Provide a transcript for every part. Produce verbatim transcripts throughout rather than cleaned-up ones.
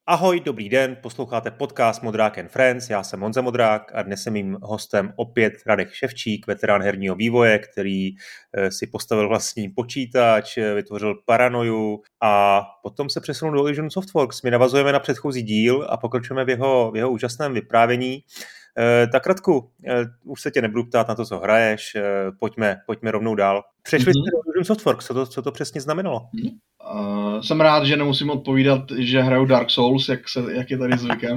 Ahoj, dobrý den, posloucháte podcast Modrák and Friends, já jsem Honza Modrák a dnes jsem mým hostem opět Radek Ševčík, veterán herního vývoje, který si postavil vlastní počítač, vytvořil Paranoju a potom se přesunul do Illusion Softworks. My navazujeme na předchozí díl a pokračujeme v jeho, v jeho úžasném vyprávění. Tak Radku, už se tě nebudu ptát na to, co hraješ, pojďme, pojďme rovnou dál. Přešli mm-hmm. jste do Illusion Softworks, co to, co to přesně znamenalo? Mm-hmm. Uh, jsem rád, že nemusím odpovídat, že hraju Dark Souls, jak, se, jak je tady zvykem,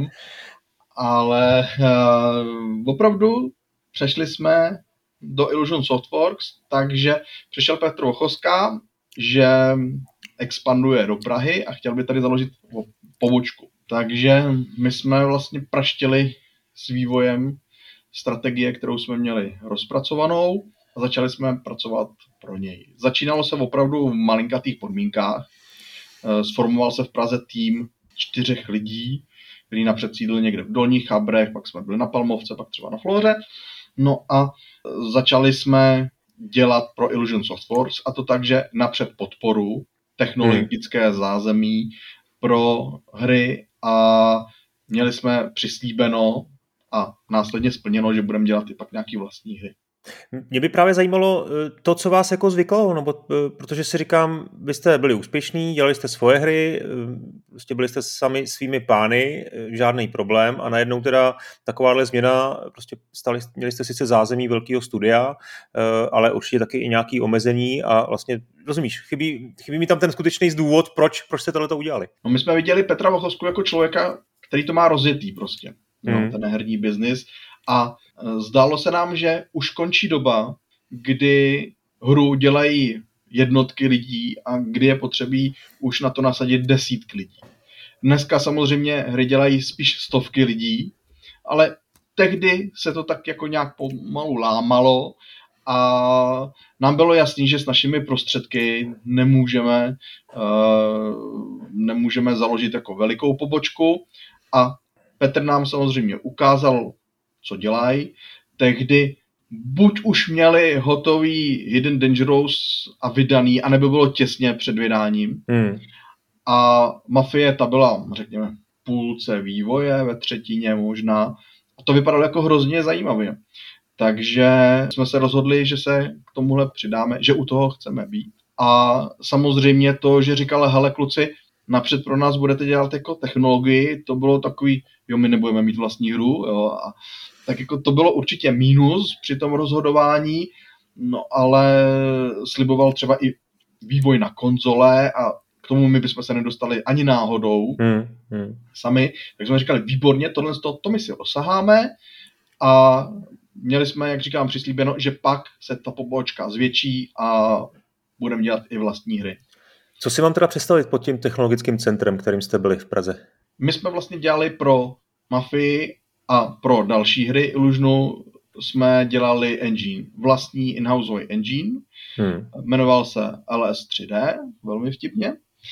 ale uh, opravdu přešli jsme do Illusion Softworks, takže přišel Petr Vochoska, že expanduje do Prahy a chtěl by tady založit pobočku. Takže my jsme vlastně praštili s vývojem strategie, kterou jsme měli rozpracovanou a začali jsme pracovat pro něj. Začínalo se opravdu v malinkatých podmínkách. Sformoval se v Praze tým čtyřech lidí, který napřed sídlil někde v Dolních Chabrech, pak jsme byli na Palmovce, pak třeba na Floře. No a začali jsme dělat pro Illusion Softworks, a to tak, že napřed podporu, technologické zázemí pro hry a měli jsme přislíbeno a následně splněno, že budeme dělat i pak nějaký vlastní hry. Mě by právě zajímalo to, co vás jako zvyklo, no, protože si říkám, vy jste byli úspěšní, dělali jste svoje hry, prostě byli jste sami svými pány, žádný problém a najednou teda takováhle změna, prostě stali, měli jste sice zázemí velkého studia, ale určitě taky i nějaké omezení a vlastně, rozumíš, chybí, chybí mi tam ten skutečný důvod, proč, proč jste tohleto udělali. No, my jsme viděli Petra Vochosku jako člověka, který to má rozjetý prostě, hmm. no, ten herní biznis. A zdálo se nám, že už končí doba, kdy hru dělají jednotky lidí a kdy je potřebí už na to nasadit desítky lidí. Dneska samozřejmě hry dělají spíš stovky lidí, ale tehdy se to tak jako nějak pomalu lámalo a nám bylo jasný, že s našimi prostředky nemůžeme, uh, nemůžeme založit jako velikou pobočku a Petr nám samozřejmě ukázal, co dělají. Tehdy buď už měli hotový Hidden Dangerous a vydaný, anebo bylo těsně před vydáním. Hmm. A Mafie ta byla, řekněme, v půlce vývoje, ve třetině možná. A to vypadalo jako hrozně zajímavě. Takže jsme se rozhodli, že se k tomuhle přidáme, že u toho chceme být. A samozřejmě to, že říkali, hele kluci, napřed pro nás budete dělat jako technologii, to bylo takový, jo, my nebudeme mít vlastní hru, jo, a tak jako to bylo určitě mínus při tom rozhodování, no ale sliboval třeba i vývoj na konzole a k tomu my bychom se nedostali ani náhodou hmm, hmm. sami, tak jsme říkali, výborně, tohle to, to my si osaháme a měli jsme, jak říkám, přislíbeno, že pak se ta pobočka zvětší a budeme dělat i vlastní hry. Co si mám teda představit pod tím technologickým centrem, kterým jste byli v Praze? My jsme vlastně dělali pro Mafii a pro další hry Illusionu jsme dělali engine, vlastní in-houseový engine, hmm. jmenoval se L S tři D, velmi vtipně.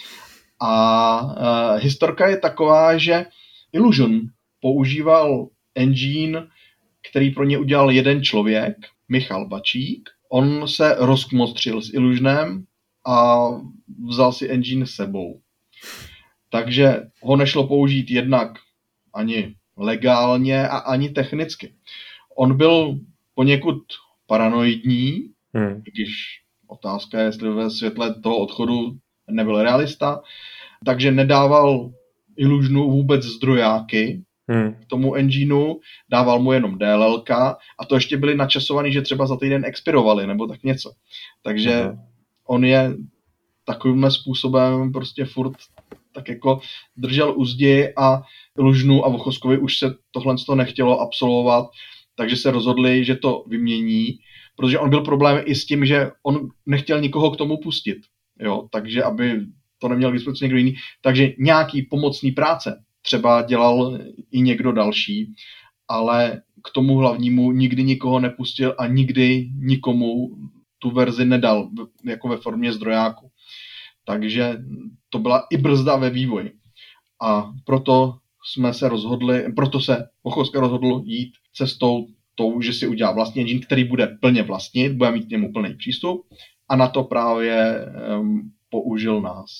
A uh, historka je taková, že Illusion používal engine, který pro ně udělal jeden člověk, Michal Bačík. On se rozkmostřil s Illusionem a vzal si engine s sebou. Takže ho nešlo použít jednak ani legálně a ani technicky. On byl poněkud paranoidní, hmm. když otázka je, jestli ve světle toho odchodu nebyl realista, takže nedával Illusionu vůbec zdrojáky hmm. k tomu engineu, dával mu jenom D L L ka a to ještě byly načasovaný, že třeba za týden expirovali nebo tak něco. Takže hmm. on je takovýmhle způsobem prostě furt tak jako držel uzdi a Illusionu a Vochoskovi už se tohle nechtělo absolvovat, takže se rozhodli, že to vymění, protože on byl problém i s tím, že on nechtěl nikoho k tomu pustit, jo, takže aby to neměl k dispozici někdo jiný, takže nějaký pomocný práce třeba dělal i někdo další, ale k tomu hlavnímu nikdy nikoho nepustil a nikdy nikomu tu verzi nedal jako ve formě zdrojáku. Takže to byla i brzda ve vývoji. A proto jsme se rozhodli, proto se Vochoska rozhodl jít cestou tou, že si udělá vlastní engine, který bude plně vlastnit, bude mít k němu plný přístup a na to právě um, použil nás.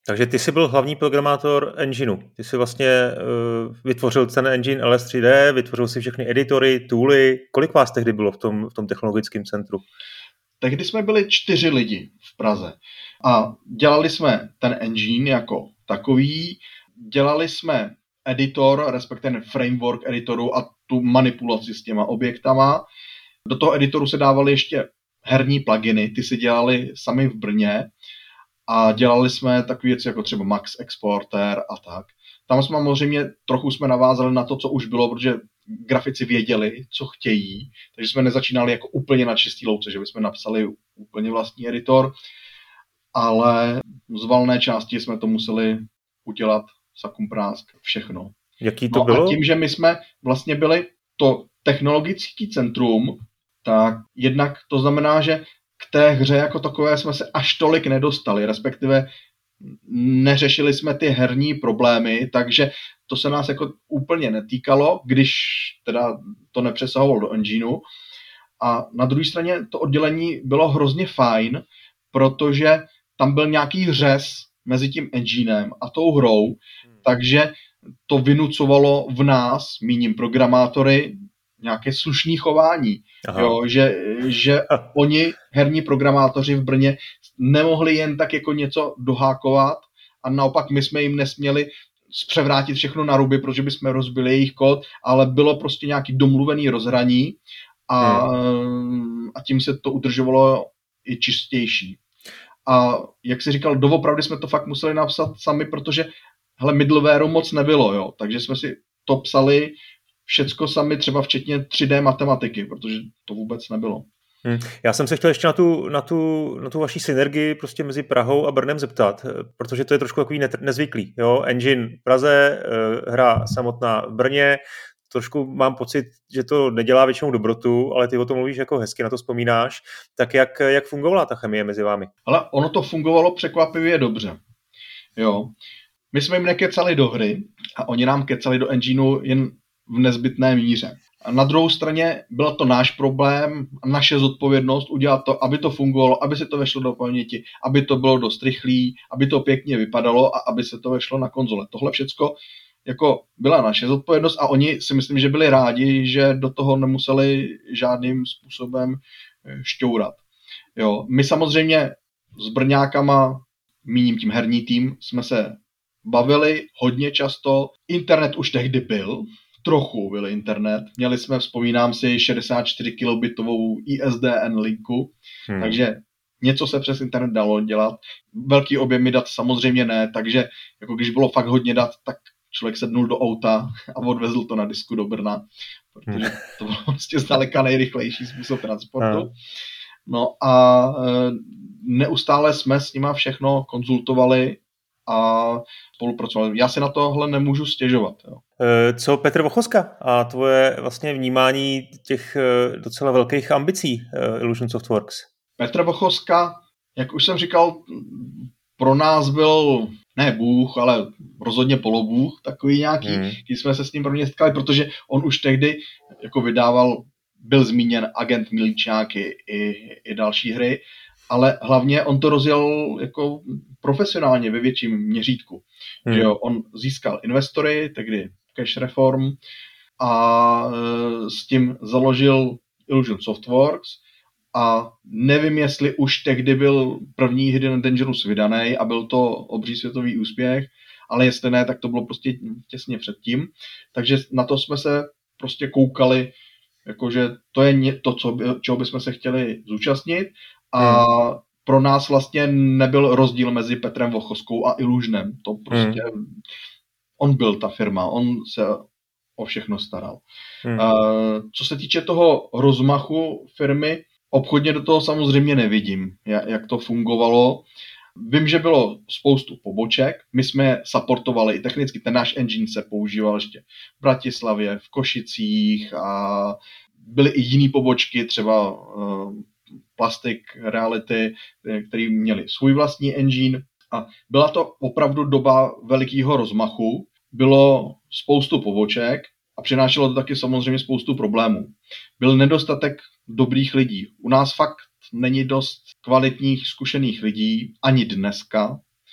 Takže ty jsi byl hlavní programátor engineu. Ty jsi vlastně uh, vytvořil ten engine L S tři D, vytvořil si všechny editory, tooly. Kolik vás tehdy bylo v tom, v tom technologickém centru? Tehdy jsme byli čtyři lidi v Praze a dělali jsme ten engine jako takový, dělali jsme editor, respektive framework editoru a tu manipulaci s těma objektama. Do toho editoru se dávaly ještě herní pluginy, ty si dělali sami v Brně a dělali jsme takové věci jako třeba Max Exporter a tak. Tam jsme samozřejmě trochu jsme navázali na to, co už bylo, protože grafici věděli, co chtějí, takže jsme nezačínali jako úplně na čistý louce, že bychom napsali úplně vlastní editor, ale z valné části jsme to museli udělat sakum prásk všechno. Jaký to no bylo? A tím, že my jsme vlastně byli to technologické centrum, tak jednak to znamená, že k té hře jako takové jsme se až tolik nedostali, respektive neřešili jsme ty herní problémy, takže to se nás jako úplně netýkalo, když teda to nepřesahovalo do engineu. A na druhé straně to oddělení bylo hrozně fajn, protože tam byl nějaký řez mezi tím enginem a tou hrou, hmm. takže to vynucovalo v nás, míním programátory, nějaké slušné chování. Jo, že, že oni, herní programátoři v Brně, nemohli jen tak jako něco dohákovat a naopak my jsme jim nesměli zpřevrátit všechno na ruby, protože bychom rozbili jejich kód, ale bylo prostě nějaký domluvený rozhraní a, hmm. a tím se to udržovalo i čistější. A jak jsi říkal, doopravdy jsme to fakt museli napsat sami, protože hele, middlewareu moc nebylo, jo, takže jsme si to psali všecko sami, třeba včetně tři dé matematiky, protože to vůbec nebylo. Hmm. Já jsem se chtěl ještě na tu, na, tu, na tu vaší synergii prostě mezi Prahou a Brnem zeptat, protože to je trošku takový nezvyklý. Jo? Engine v Praze, hra samotná v Brně, trošku mám pocit, že to nedělá většinou dobrotu, ale ty o tom mluvíš jako hezky, na to vzpomínáš. Tak jak, jak fungovala ta chemie mezi vámi? Ale ono to fungovalo překvapivě dobře. Jo. My jsme jim nekecali do hry a oni nám kecali do engineu jen v nezbytné míře. A na druhou straně byl to náš problém, naše zodpovědnost udělat to, aby to fungovalo, aby se to vešlo do paměti, aby to bylo dost rychlý, aby to pěkně vypadalo a aby se to vešlo na konzole. Tohle všecko jako byla naše zodpovědnost a oni si myslím, že byli rádi, že do toho nemuseli žádným způsobem šťourat. Jo. My samozřejmě s Brňákama, míním tím herní tým, jsme se bavili hodně často. Internet už tehdy byl, trochu byl internet. Měli jsme, vzpomínám si, šedesát čtyři kilobitovou I S D N linku, hmm. takže něco se přes internet dalo dělat. Velký objemy dat samozřejmě ne, takže jako když bylo fakt hodně dat, tak člověk sednul do auta a odvezl to na disku do Brna, protože hmm. to bylo prostě zdaleka nejrychlejší způsob transportu. Hmm. No a e, neustále jsme s nima všechno konzultovali a spolupracovali. Já si na tohle nemůžu stěžovat. Jo. Co Petr Vochoska a tvoje vlastně vnímání těch docela velkých ambicí Illusion Softworks? Petr Vochoska, jak už jsem říkal, pro nás byl ne bůh, ale rozhodně polobůh, takový nějaký, hmm. když jsme se s ním prvně setkali, protože on už tehdy jako vydával, byl zmíněn Agent Miličáky i, i další hry, ale hlavně on to rozjel jako profesionálně ve větším měřítku. Hmm. Že jo, on získal investory, tehdy Cash Reform a e, s tím založil Illusion Softworks a nevím, jestli už tehdy byl první Hidden Dangerous vydaný a byl to obří světový úspěch, ale jestli ne, tak to bylo prostě těsně předtím. Takže na to jsme se prostě koukali, jakože to je to, co by, čeho bychom se chtěli zúčastnit a hmm. pro nás vlastně nebyl rozdíl mezi Petrem Vochoskou a Illusionem. To prostě, hmm. on byl ta firma, on se o všechno staral. Hmm. Uh, co se týče toho rozmachu firmy, obchodně do toho samozřejmě nevidím, jak to fungovalo. Vím, že bylo spoustu poboček, my jsme supportovali i technicky, ten náš engine se používal ještě v Bratislavě, v Košicích a byly i jiné pobočky, třeba uh, Plastic Reality, který měli svůj vlastní engine a byla to opravdu doba velikého rozmachu, bylo spoustu poboček a přinášelo to taky samozřejmě spoustu problémů. Byl nedostatek dobrých lidí. U nás fakt není dost kvalitních, zkušených lidí, ani dneska.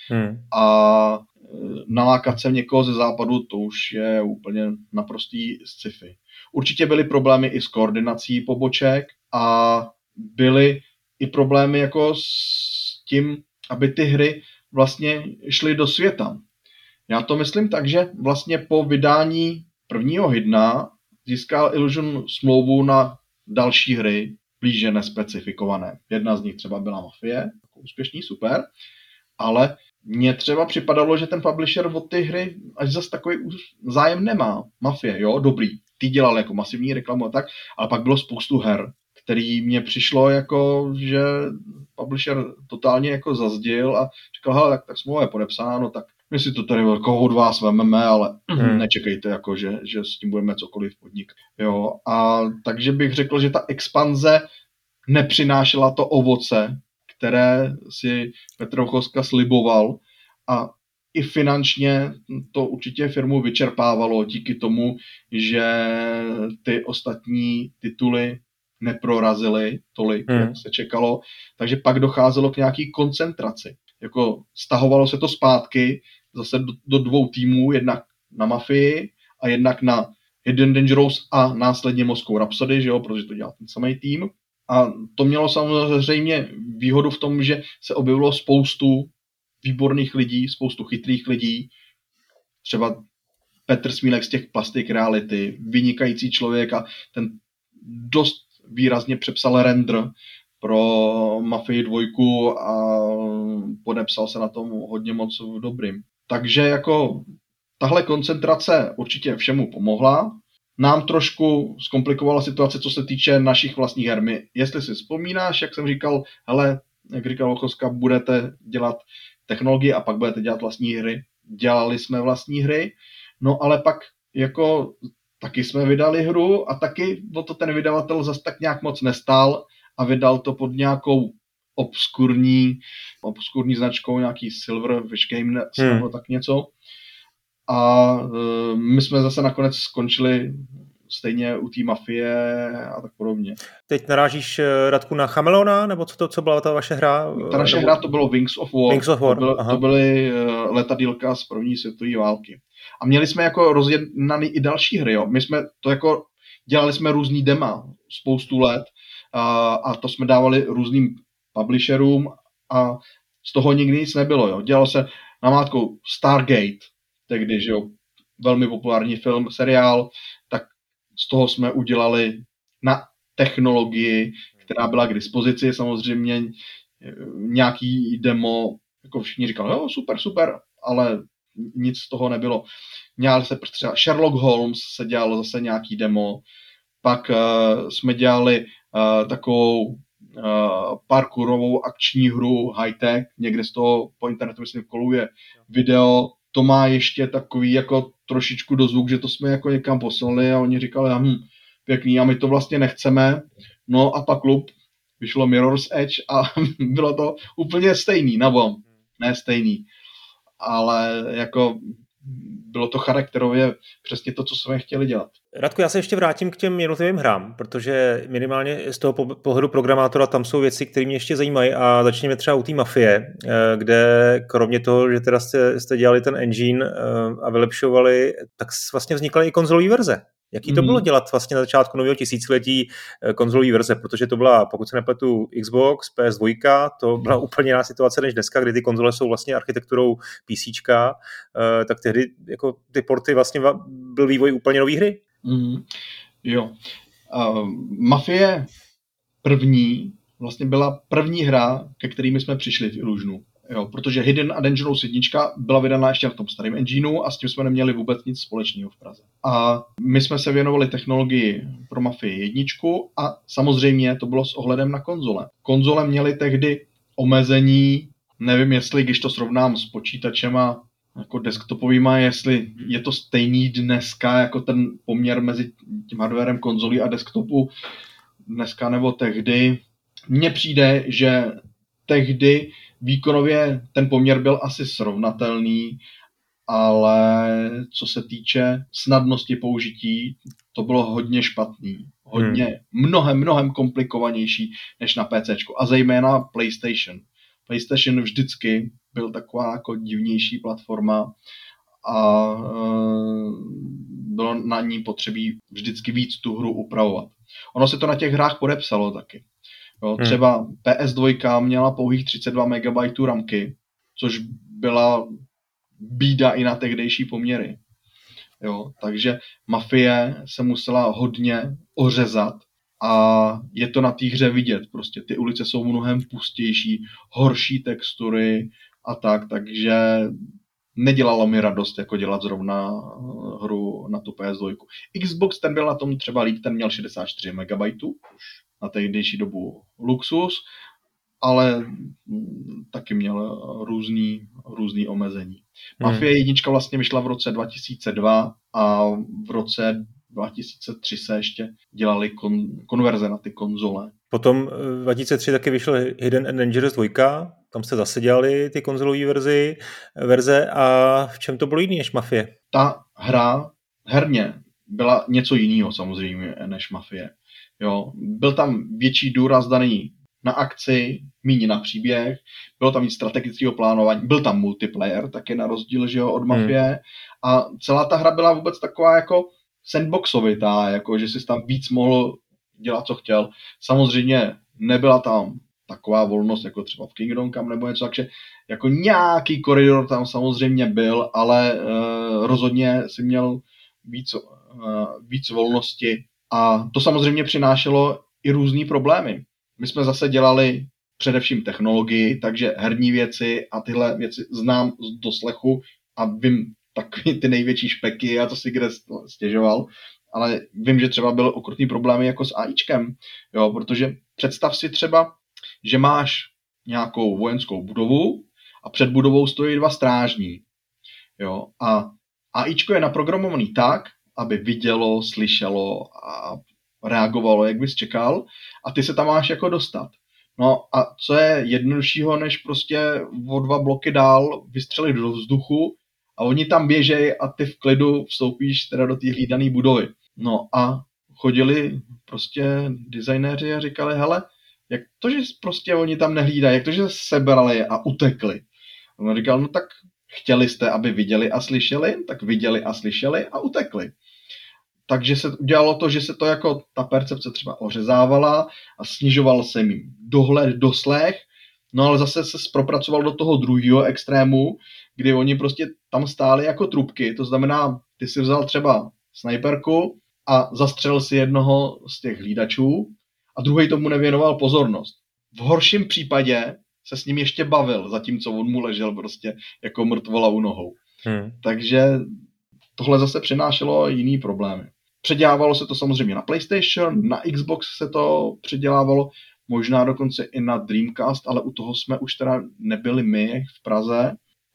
Hmm. A nalákat sem někoho ze západu, to už je úplně naprostý sci-fi. Určitě byly problémy i s koordinací poboček a byly i problémy jako s tím, aby ty hry vlastně šly do světa. Já to myslím tak, že vlastně po vydání prvního Hiddena získal Illusion smlouvu na další hry, blíže nespecifikované. Jedna z nich třeba byla Mafie, jako úspěšný, super, ale mně třeba připadalo, že ten publisher od ty hry až zas takový zájem nemá. Mafie, jo, dobrý. Ty dělal jako masivní reklamu a tak, ale pak bylo spoustu her, který mně přišlo jako, že publisher totálně jako zazdil a říkal, hele, tak, tak smlouva je podepsána, no tak my si to tady jako od vás vememe, ale hmm. nečekejte, jako, že, že s tím budeme cokoliv podnikat. Jo, a takže bych řekl, že ta expanze nepřinášela to ovoce, které si Petr Ochozka sliboval a i finančně to určitě firmu vyčerpávalo díky tomu, že ty ostatní tituly neprorazily tolik, hmm. jak se čekalo, takže pak docházelo k nějaký koncentraci. Jako stahovalo se to zpátky zase do, do dvou týmů, jednak na Mafii a jednak na Hidden Dangerous a následně Moscow Rhapsody, že jo, protože to dělal ten samý tým. A to mělo samozřejmě výhodu v tom, že se objevilo spoustu výborných lidí, spoustu chytrých lidí, třeba Petr Smílek z těch Plastic Reality, vynikající člověk a ten dost výrazně přepsal render pro Mafii dvojku a podepsal se na tom hodně moc dobrým. Takže jako tahle koncentrace určitě všemu pomohla. Nám trošku zkomplikovala situace, co se týče našich vlastních her. My, jestli si vzpomínáš, jak jsem říkal, hele, jak říkal Ochozka, budete dělat technologii a pak budete dělat vlastní hry. Dělali jsme vlastní hry, no ale pak jako taky jsme vydali hru a taky o to ten vydavatel zas tak nějak moc nestál a vydal to pod nějakou obskurní, obskurní značkou, nějaký Silverfish Game hmm. nebo tak něco. A uh, my jsme zase nakonec skončili stejně u té Mafie a tak podobně. Teď narážíš, Radku, na Chameleona, nebo co to, co byla ta vaše hra? Ta naše nebo... hra to bylo Wings of War. Wings of War. To, bylo, to byly uh, letadýlka z první světové války. A měli jsme jako rozjednaný i další hry, jo. My jsme to jako, dělali jsme různý dema spoustu let a, a to jsme dávali různým publisherům a z toho nikdy nic nebylo, jo. Dělalo se namátkou Stargate, tehdy, že jo, velmi populární film, seriál, tak z toho jsme udělali na technologii, která byla k dispozici, samozřejmě nějaký demo, jako všichni říkali, jo, super, super, ale nic z toho nebylo. Měl se třeba Sherlock Holmes se dělalo zase nějaký demo, pak uh, jsme dělali uh, takovou uh, parkourovou akční hru high-tech, někde z toho po internetu, myslím, koluje video, to má ještě takový jako trošičku dozvuk, že to jsme jako někam poslali a oni říkali, hm, pěkný, a my to vlastně nechceme. No a pak klub, vyšlo Mirror's Edge a bylo to úplně stejný, nebo ne stejný, ale jako bylo to charakterově přesně to, co jsme chtěli dělat. Radku, já se ještě vrátím k těm jednotlivým hrám, protože minimálně z toho pohledu programátora tam jsou věci, které mě ještě zajímají a začněme třeba u té Mafie, kde kromě toho, že teda jste, jste dělali ten engine a vylepšovali, tak vlastně vznikla i konzolový verze. Jaký to bylo dělat vlastně na začátku nového tisíciletí konzolový verze, protože to byla, pokud se nepletu, Xbox, P S dva, to byla úplně jiná situace než dneska, kdy ty konzole jsou vlastně architekturou PCčka, tak tehdy jako ty porty vlastně byl vývoj úplně nový hry. Mm, jo. Uh, Mafie první vlastně byla první hra, ke kterými jsme přišli v Illusionu. Jo, protože Hidden a Dangerous jednička byla vydaná ještě v tom starém engineu a s tím jsme neměli vůbec nic společného v Praze. A my jsme se věnovali technologii pro Mafii jedničku a samozřejmě to bylo s ohledem na konzole. Konzole měly tehdy omezení, nevím jestli, když to srovnám s počítačema jako desktopovýma, jestli je to stejný dneska jako ten poměr mezi tím hardwarem konzolí a desktopu dneska nebo tehdy. Mně přijde, že tehdy výkonově ten poměr byl asi srovnatelný, ale co se týče snadnosti použití, to bylo hodně špatný. Hodně, hmm. mnohem, mnohem komplikovanější než na PCčku a zejména PlayStation. PlayStation vždycky byl taková jako divnější platforma a e, bylo na ní potřebí vždycky víc tu hru upravovat. Ono se to na těch hrách podepsalo taky. Jo, třeba P S dva měla pouhých třicet dva megabajtů ramky, což byla bída i na tehdejší poměry. Jo, takže Mafie se musela hodně ořezat a je to na té hře vidět. Prostě ty ulice jsou mnohem pustější, horší textury a tak, takže nedělalo mi radost jako dělat zrovna hru na tu P S dva. Xbox ten byl na tom třeba líp, ten měl šedesát čtyři megabajtů, na tehdejší dobu luxus, ale taky měl různý, různý omezení. Hmm. Mafie jednička vlastně vyšla v roce dva tisíce dva a v roce dva tisíce tři se ještě dělali kon, konverze na ty konzole. Potom dva tisíce tři taky vyšel Hidden and Dangerous dva, tam jste zase dělali ty konzolové verzi, verze a v čem to bylo jiný než Mafie? Ta hra herně byla něco jiného samozřejmě než Mafie. Jo, byl tam větší důraz daný na akci, míň na příběh, bylo tam víc strategického plánování, byl tam multiplayer, taky na rozdíl, že jo, od Mafie hmm. a celá ta hra byla vůbec taková jako sandboxovitá, jako že jsi tam víc mohl dělat, co chtěl. Samozřejmě nebyla tam taková volnost, jako třeba v Kingdom Come nebo něco, takže jako nějaký koridor tam samozřejmě byl, ale uh, rozhodně si měl víc, uh, víc volnosti a to samozřejmě přinášelo i různý problémy. My jsme zase dělali především technologii, takže herní věci a tyhle věci znám z doslechu a vím takový ty největší špeky a to si kde stěžoval, ale vím, že třeba byly okrutný problémy jako s AIčkem, jo, protože představ si třeba, že máš nějakou vojenskou budovu a před budovou stojí dva strážní, jo, a AIčko je naprogramovaný tak, aby vidělo, slyšelo a reagovalo, jak bys čekal, a ty se tam máš jako dostat. No a co je jednoduššího, než prostě o dva bloky dál vystřelit do vzduchu a oni tam běžej a ty v klidu vstoupíš teda do té hlídané budovy. No a chodili prostě designéři a říkali, hele, jak to, že prostě oni tam nehlídají, jak to, že sebrali a utekli. A on říkal, no tak chtěli jste, aby viděli a slyšeli, tak viděli a slyšeli a utekli. Takže se udělalo to, že se to jako ta percepce třeba ořezávala a snižoval se jim dohled, doslech, no ale zase se propracoval do toho druhého extrému, kdy oni prostě tam stáli jako trubky, to znamená, ty si vzal třeba snajperku a zastřelil si jednoho z těch hlídačů a druhý tomu nevěnoval pozornost. V horším případě se s ním ještě bavil, zatímco on mu ležel prostě jako mrtvola u nohou. Hmm. Takže tohle zase přinášelo jiný problémy. Předělávalo se to samozřejmě na PlayStation, na Xbox se to předělávalo, možná dokonce i na Dreamcast, ale u toho jsme už teda nebyli my v Praze.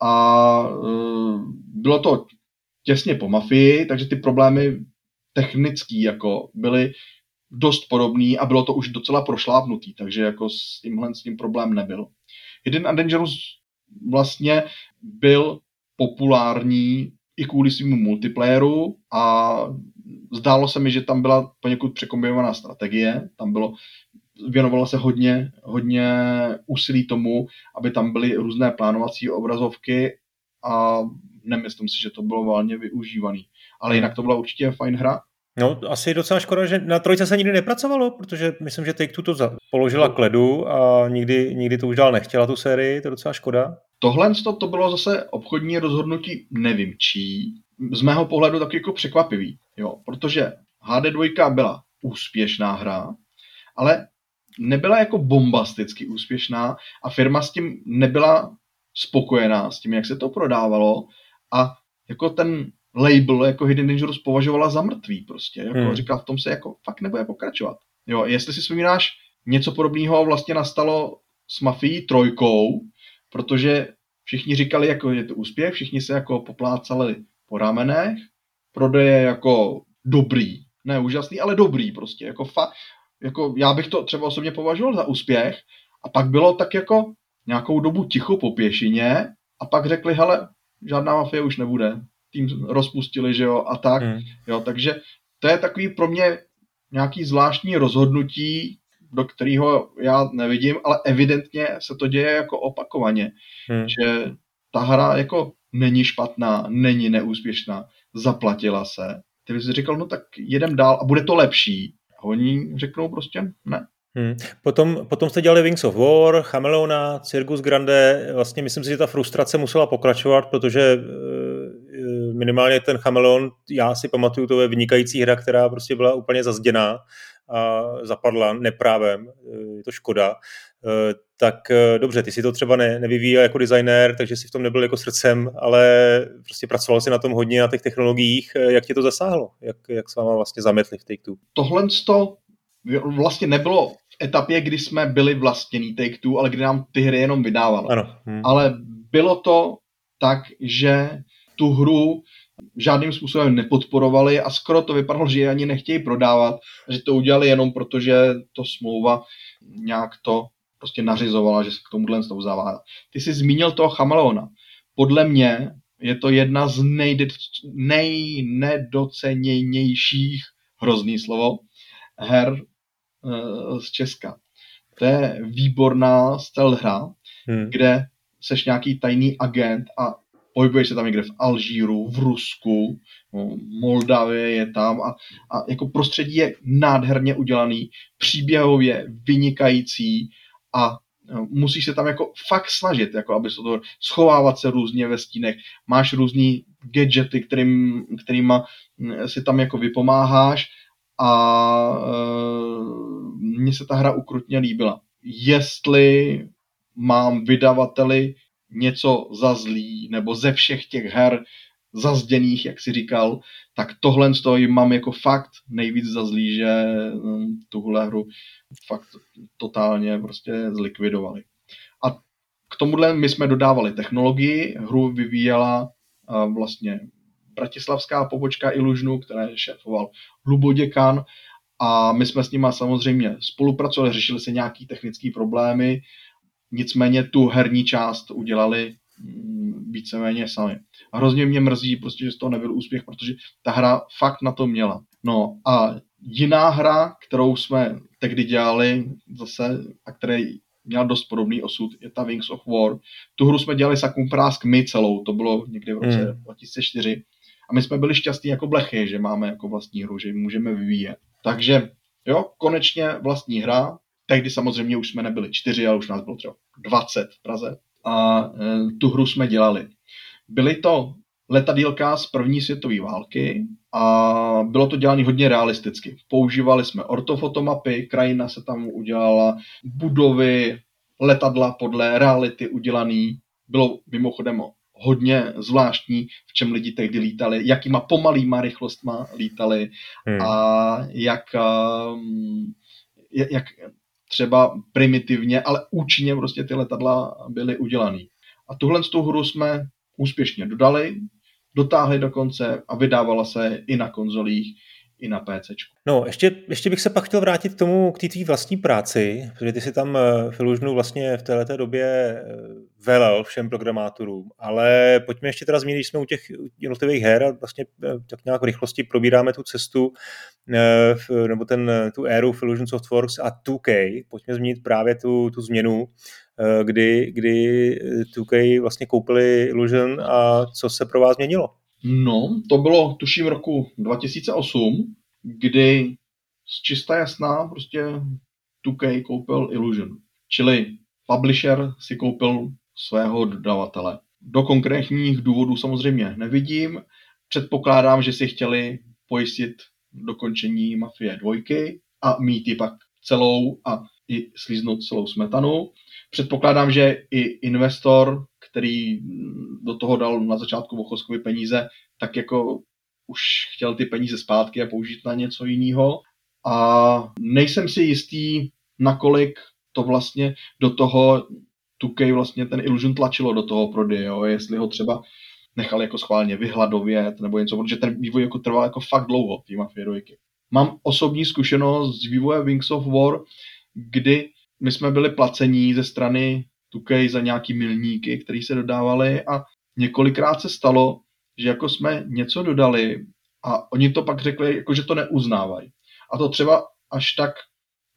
A uh, bylo to těsně po Mafii, takže ty problémy technický jako byly dost podobný a bylo to už docela prošlápnutý, takže jako s tímhle s tím problém nebyl. Hidden and Dangerous vlastně byl populární i kvůli svému multiplayeru a zdálo se mi, že tam byla poněkud překombinovaná strategie, tam bylo, věnovalo se hodně, hodně úsilí tomu, aby tam byly různé plánovací obrazovky a nemyslím si, že to bylo válně využívaný. Ale jinak to byla určitě fajn hra. No, asi docela škoda, že na trojce se nikdy nepracovalo, protože myslím, že Take-Two to položila k ledu a nikdy, nikdy to už dál nechtěla tu sérii, to je docela škoda. Tohle to bylo zase obchodní rozhodnutí, nevím čí, z mého pohledu taky jako překvapivý, jo, protože H D dva byla úspěšná hra, ale nebyla jako bombasticky úspěšná a firma s tím nebyla spokojená s tím, jak se to prodávalo a jako ten label jako Hidden Dangerous považovala za mrtvý prostě, jako hmm. říkala, v tom se jako fakt nebude pokračovat. Jo, jestli si vzpomínáš, něco podobného vlastně nastalo s Mafií trojkou, protože všichni říkali, jako je to úspěch, všichni se jako poplácali po ramenech, prodeje jako dobrý, ne úžasný, ale dobrý prostě, jako, fa- jako já bych to třeba osobně považoval za úspěch a pak bylo tak jako nějakou dobu ticho po pěšině a pak řekli, hele, žádná Mafie už nebude, tým rozpustili, že jo, a tak, hmm. jo, takže to je takový pro mě nějaký zvláštní rozhodnutí, do kterého já nevidím, ale evidentně se to děje jako opakovaně, hmm. že ta hra jako není špatná, není neúspěšná, zaplatila se. Ty bys říkal, no tak jedem dál a bude to lepší. A oni řeknou prostě ne. Hmm. Potom, potom jste dělali Wings of War, Chameleona, Circus Grande. Vlastně myslím si, že ta frustrace musela pokračovat, protože minimálně ten Chameleon, já si pamatuju, to je vynikající hra, která prostě byla úplně zazděná a zapadla neprávem. Je to škoda. Tak dobře, ty si to třeba ne, nevyvíjel jako designér, takže si v tom nebyl jako srdcem, ale prostě pracoval si na tom hodně, na těch technologiích. Jak tě to zasáhlo? Jak, jak s váma vlastně zametli v Take-Two? Tohle to vlastně nebylo v etapě, kdy jsme byli vlastněný Take-Two, ale kdy nám ty hry jenom vydávali. Ano. Hm. Ale bylo to tak, že tu hru žádným způsobem nepodporovali a skoro to vypadalo, že ji ani nechtějí prodávat, že to udělali jenom proto, že to smlouva nějak to prostě nařizovala, že se k tomuhle stavu zavádá. Ty jsi zmínil toho Chameleona. Podle mě je to jedna z nejde, nejnedoceněnějších, hrozný slovo, her uh, z Česka. To je výborná stealth hra, hmm. kde seš nějaký tajný agent a pohybuješ se tam někde v Alžíru, v Rusku, no, Moldavie je tam a, a jako prostředí je nádherně udělaný, příběhově vynikající a no, musíš se tam jako fakt snažit, jako aby se to schovávat se různě ve stínech. Máš různý gadgety, kterým, kterýma si tam jako vypomáháš a e, mně se ta hra ukrutně líbila. Jestli mám vydavateli něco za zlý, nebo ze všech těch her zazděných, jak si říkal, tak tohle z toho jim mám jako fakt nejvíc za zlý, že um, tuhle hru fakt totálně prostě zlikvidovali. A k tomuhle my jsme dodávali technologii, hru vyvíjela uh, vlastně bratislavská pobočka Illusionu, které šéfoval Hluboděkan a my jsme s nima samozřejmě spolupracovali, řešili se nějaký technické problémy, nicméně tu herní část udělali víceméně sami. A hrozně mě mrzí, prostě, že z toho nebyl úspěch, protože ta hra fakt na to měla. No a jiná hra, kterou jsme tehdy dělali zase a který měla dost podobný osud, je ta Wings of War. Tu hru jsme dělali Sakum Prásk my celou, to bylo někdy v roce hmm. dva tisíce čtyři. A my jsme byli šťastní jako blechy, že máme jako vlastní hru, že ji můžeme vyvíjet. Takže jo, konečně vlastní hra. Tehdy samozřejmě už jsme nebyli čtyři, ale už nás bylo třeba dvacet v Praze. A e, tu hru jsme dělali. Byly to letadýlka z první světové války a bylo to dělané hodně realisticky. Používali jsme ortofotomapy, krajina se tam udělala, budovy, letadla podle reality udělaný. Bylo mimochodem hodně zvláštní, v čem lidi tehdy lítali, jakýma pomalýma rychlostma lítali hmm. a jak, jak třeba primitivně, ale účinně prostě ty letadla byly udělaný. A tuhle z tu hru jsme úspěšně dodali, dotáhli do konce a vydávala se i na konzolích, i na PCčku. No, ještě, ještě bych se pak chtěl vrátit k tomu, k té tvý vlastní práci, protože ty si tam v Illusionu vlastně v téhleté době velel všem programátorům, ale pojďme ještě teda zmínit, když jsme u těch jednotlivých her a vlastně tak nějak v rychlosti probíráme tu cestu nebo ten, tu éru v Illusion Softworks a two K. Pojďme zmínit právě tu, tu změnu, kdy, kdy two K vlastně koupili Illusion a co se pro vás změnilo? No, to bylo tuším roku dva tisíce osm, kdy z čista jasná prostě two K koupil Illusion. Čili publisher si koupil svého dodavatele. Do konkrétních důvodů samozřejmě nevidím. Předpokládám, že si chtěli pojistit dokončení Mafie dvojky a mít ji pak celou a i slíznout celou smetanu. Předpokládám, že i investor, který do toho dal na začátku Vochoskovi peníze, tak jako už chtěl ty peníze zpátky a použít na něco jiného. A nejsem si jistý, nakolik to vlastně do toho two K vlastně ten Illusion tlačilo do toho prodeje, jo? Jestli ho třeba nechal jako schválně vyhladovět nebo něco, protože ten vývoj jako trval jako fakt dlouho, tý Mafie dvojky. Mám osobní zkušenost z vývoje Wings of War, kdy my jsme byli placení ze strany two K za nějaký milníky, které se dodávaly a několikrát se stalo, že jako jsme něco dodali a oni to pak řekli, jako že to neuznávají. A to třeba až tak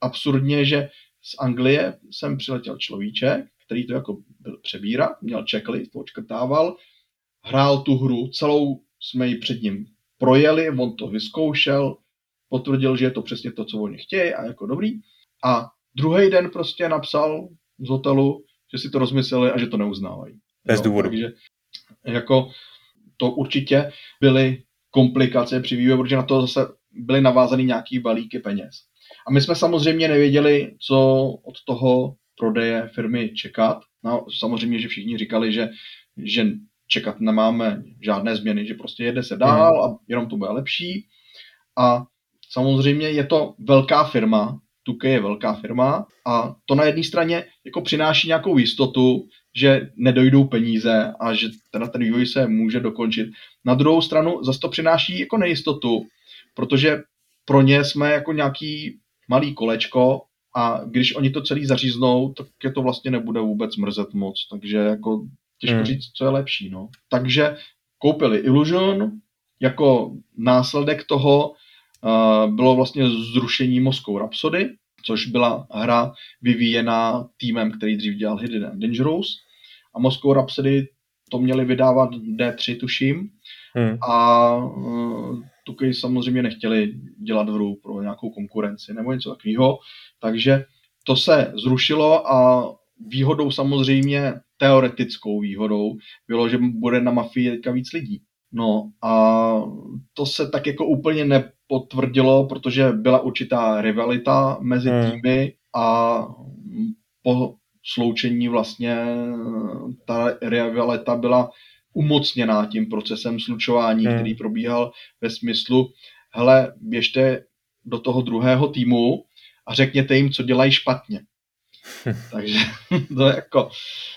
absurdně, že z Anglie sem přiletěl človíček, který to jako byl přebírat, měl checklist, to odškrtával, hrál tu hru, celou jsme ji před ním projeli, on to vyzkoušel, potvrdil, že je to přesně to, co oni chtějí a jako dobrý. A druhý den prostě napsal z hotelu, že si to rozmysleli a že to neuznávají. Bez důvodu. Takže jako to určitě byly komplikace při vývoji, protože na to zase byly navázány nějaký balíky peněz. A my jsme samozřejmě nevěděli, co od toho prodeje firmy čekat. No, samozřejmě, že všichni říkali, že, že čekat nemáme žádné změny, že prostě jede se dál a jenom to bude lepší. A samozřejmě je to velká firma, Two K je velká firma a to na jedné straně jako přináší nějakou jistotu, že nedojdou peníze a že teda ten vývoj se může dokončit. Na druhou stranu zase to přináší jako nejistotu, protože pro ně jsme jako nějaký malý kolečko a když oni to celý zaříznou, tak je to vlastně nebude vůbec mrzet moc, takže jako těžko hmm. říct, co je lepší. No. Takže koupili Illusion, jako následek toho uh, bylo vlastně zrušení Moscow Rhapsody, což byla hra vyvíjená týmem, který dřív dělal Hidden and Dangerous. A Moscow Rhapsody to měli vydávat D tři, tuším. Hmm. A uh, Tukej samozřejmě nechtěli dělat hru pro nějakou konkurenci nebo něco takového. Takže to se zrušilo a výhodou samozřejmě, teoretickou výhodou, bylo, že bude na Mafii teďka víc lidí. No a to se tak jako úplně nepotvrdilo, protože byla určitá rivalita mezi hmm. týmy a po sloučení vlastně ta rivalita byla umocněná tím procesem slučování, hmm. který probíhal ve smyslu, hele, běžte do toho druhého týmu a řekněte jim, co dělají špatně. Takže to jako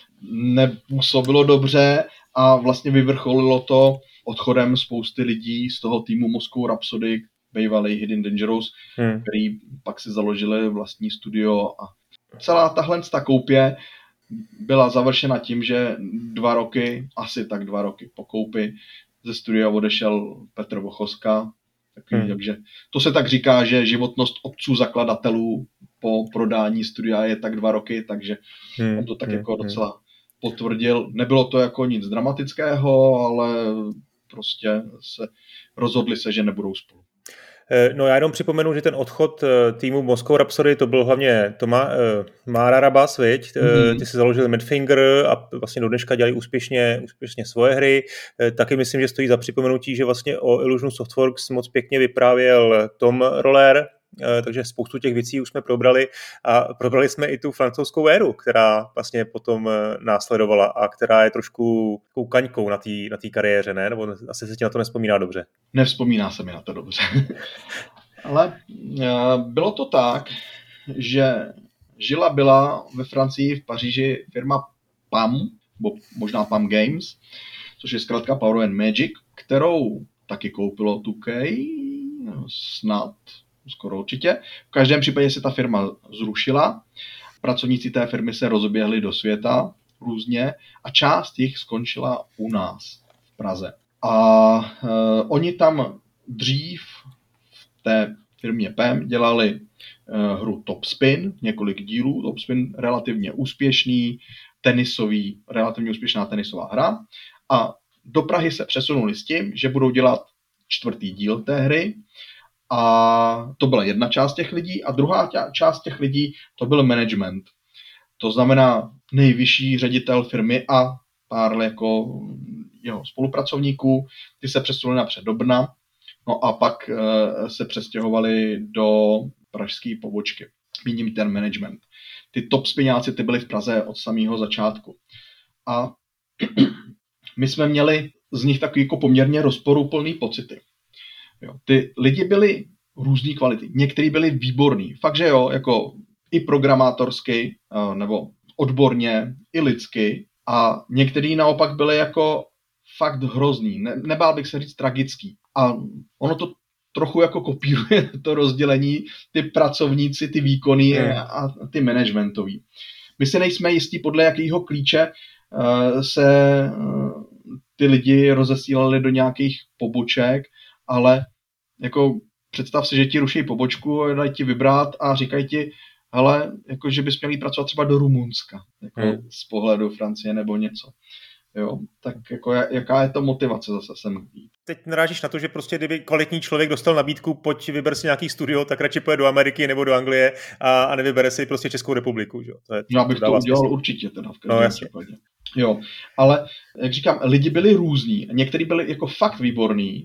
nepůsobilo dobře a vlastně vyvrcholilo to odchodem spousty lidí z toho týmu Moscow Rhapsody, bývalý Hidden Dangerous, hmm. který pak si založili vlastní studio a celá tahle ta koupě byla završena tím, že dva roky, asi tak dva roky po koupi ze studia odešel Petr Vochoska. Takový, hmm. Takže to se tak říká, že životnost otců zakladatelů po prodání studia je tak dva roky, takže hmm. on to tak hmm. jako docela potvrdil. Nebylo to jako nic dramatického, ale prostě se rozhodli se, že nebudou spolu. No já jenom připomenu, že ten odchod týmu Moscow Rhapsody, to byl hlavně Toma, Mára Rabas, viď? Mm-hmm. Ty si založili Madfinger a vlastně do dneška dělají úspěšně, úspěšně svoje hry. Taky myslím, že stojí za připomenutí, že vlastně o Illusion Softworks moc pěkně vyprávěl Tom Roller, takže spoustu těch věcí už jsme probrali a probrali jsme i tu francouzskou éru, která vlastně potom následovala a která je trošku takovou kaňkou na té na té kariéře, ne? Nebo asi se ti na to nevzpomíná dobře. Nevzpomíná se mi na to dobře. Ale bylo to tak, že žila byla ve Francii v Paříži firma P A M, nebo možná P A M Games, což je zkrátka Power and Magic, kterou taky koupilo two K, snad skoro určitě. V každém případě se ta firma zrušila, pracovníci té firmy se rozběhli do světa různě a část jich skončila u nás v Praze. A uh, oni tam dřív v té firmě P E M dělali uh, hru Top Spin, několik dílů. Top Spin relativně úspěšný, tenisový, relativně úspěšná tenisová hra. A do Prahy se přesunuli s tím, že budou dělat čtvrtý díl té hry. A to byla jedna část těch lidí a druhá část těch lidí to byl management. To znamená nejvyšší ředitel firmy a pár jako jeho spolupracovníků, ty se přesunuli napřed do Brna, no a pak e, se přestěhovali do pražské pobočky. Míním ten management. Ty top spiňáci, ty byli v Praze od samého začátku. A my jsme měli z nich takový jako poměrně rozporuplný pocity. Jo, ty lidi byli různý kvality. Někteří byli výborní. Fakt, že jo, jako i programátorsky, nebo odborně, i lidsky. A někteří naopak byli jako fakt hrozný. Ne, nebál bych se říct tragický. A ono to trochu jako kopíruje to rozdělení, ty pracovníci, ty výkony hmm. a ty managementový. My si nejsme jistí, podle jakého klíče uh, se uh, ty lidi rozesílali do nějakých poboček, ale jako představ si, že ti ruší pobočku, dají ti vybrat a říkají ti, hele, jako, že bys měl jít pracovat třeba do Rumunska, jako hmm. z pohledu Francie nebo něco. Jo, tak jako jaká je to motivace zase sem jít? Teď narážíš na to, že prostě kdyby kvalitní člověk dostal nabídku, pojď vyber si nějaký studio, tak radši pojede do Ameriky nebo do Anglie a, a nevybere si prostě Českou republiku. Že? To je, Já bych to, to udělal smysl. Určitě teda v každém no, případě. Jo, ale jak říkám, lidi byli různí. Někteří byli jako fakt výborní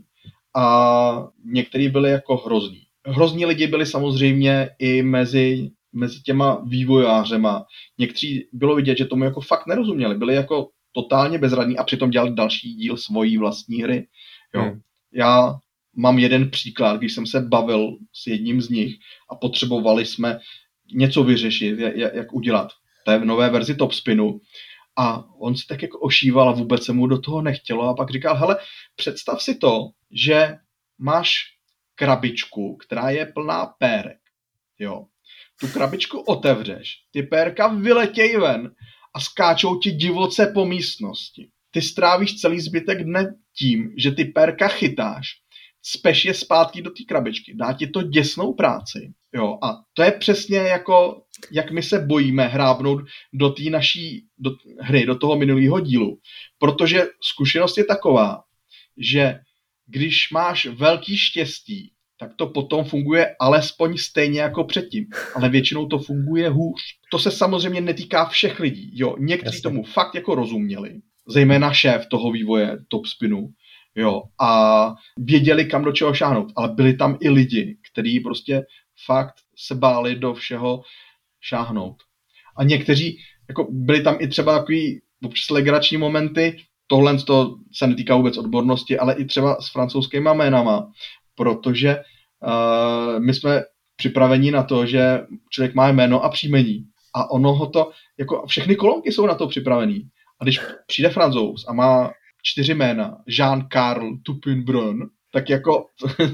a někteří byli jako hrozní. Hrozní lidi byli samozřejmě i mezi, mezi těma vývojářema. Někteří bylo vidět, že tomu jako fakt nerozuměli. Byli jako totálně bezradní a přitom dělali další díl svojí vlastní hry. Jo. Hmm. Já mám jeden příklad, když jsem se bavil s jedním z nich a potřebovali jsme něco vyřešit, jak, jak udělat té nové verzi Top Spinu. A on si tak jako ošíval a vůbec se mu do toho nechtělo a pak říkal, hele, představ si to, že máš krabičku, která je plná pérek. Jo. Tu krabičku otevřeš, ty pérka vyletějí ven a skáčou ti divoce po místnosti. Ty strávíš celý zbytek dne tím, že ty pérka chytáš, speš je zpátky do té krabičky, dá ti to děsnou práci. Jo, a to je přesně jako, jak my se bojíme hrábnout do té naší do hry, do toho minulého dílu. Protože zkušenost je taková, že když máš velký štěstí, tak to potom funguje alespoň stejně jako předtím. Ale většinou to funguje hůř. To se samozřejmě netýká všech lidí. Jo, někteří tomu fakt jako rozuměli, zejména šéf toho vývoje Top Spinu, jo, a věděli, kam do čeho šáhnout. Ale byli tam i lidi, kteří prostě fakt se báli do všeho šáhnout. A někteří, jako byli tam i třeba takový občas legrační momenty, tohle to se netýká vůbec odbornosti, ale i třeba s francouzskýma jménama, protože uh, my jsme připraveni na to, že člověk má jméno a příjmení a ono ho to, jako všechny kolonky jsou na to připravený. A když přijde Francouz a má čtyři jména, Jean-Carl Tupin-Brun, tak jako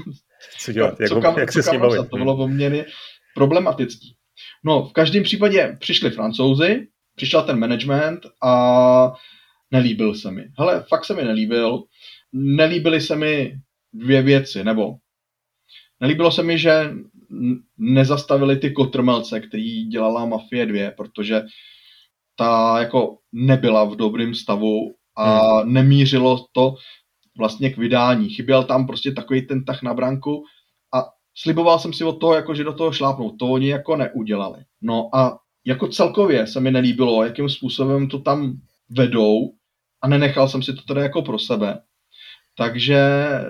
co dělat, co kam, jak se s ním bavit. To bylo poměrně problematický. No, v každém případě přišli Francouzi, přišel ten management a nelíbil se mi. Hele, fakt se mi nelíbil. Nelíbily se mi dvě věci, nebo nelíbilo se mi, že nezastavili ty kotrmelce, který dělala Mafie dva, protože ta jako nebyla v dobrém stavu a hmm. nemířilo to vlastně k vydání. Chyběl tam prostě takový ten tah na branku a sliboval jsem si od toho, jako, že do toho šlápnou. To oni jako neudělali. No a jako celkově se mi nelíbilo, jakým způsobem to tam vedou a nenechal jsem si to teda jako pro sebe. Takže e,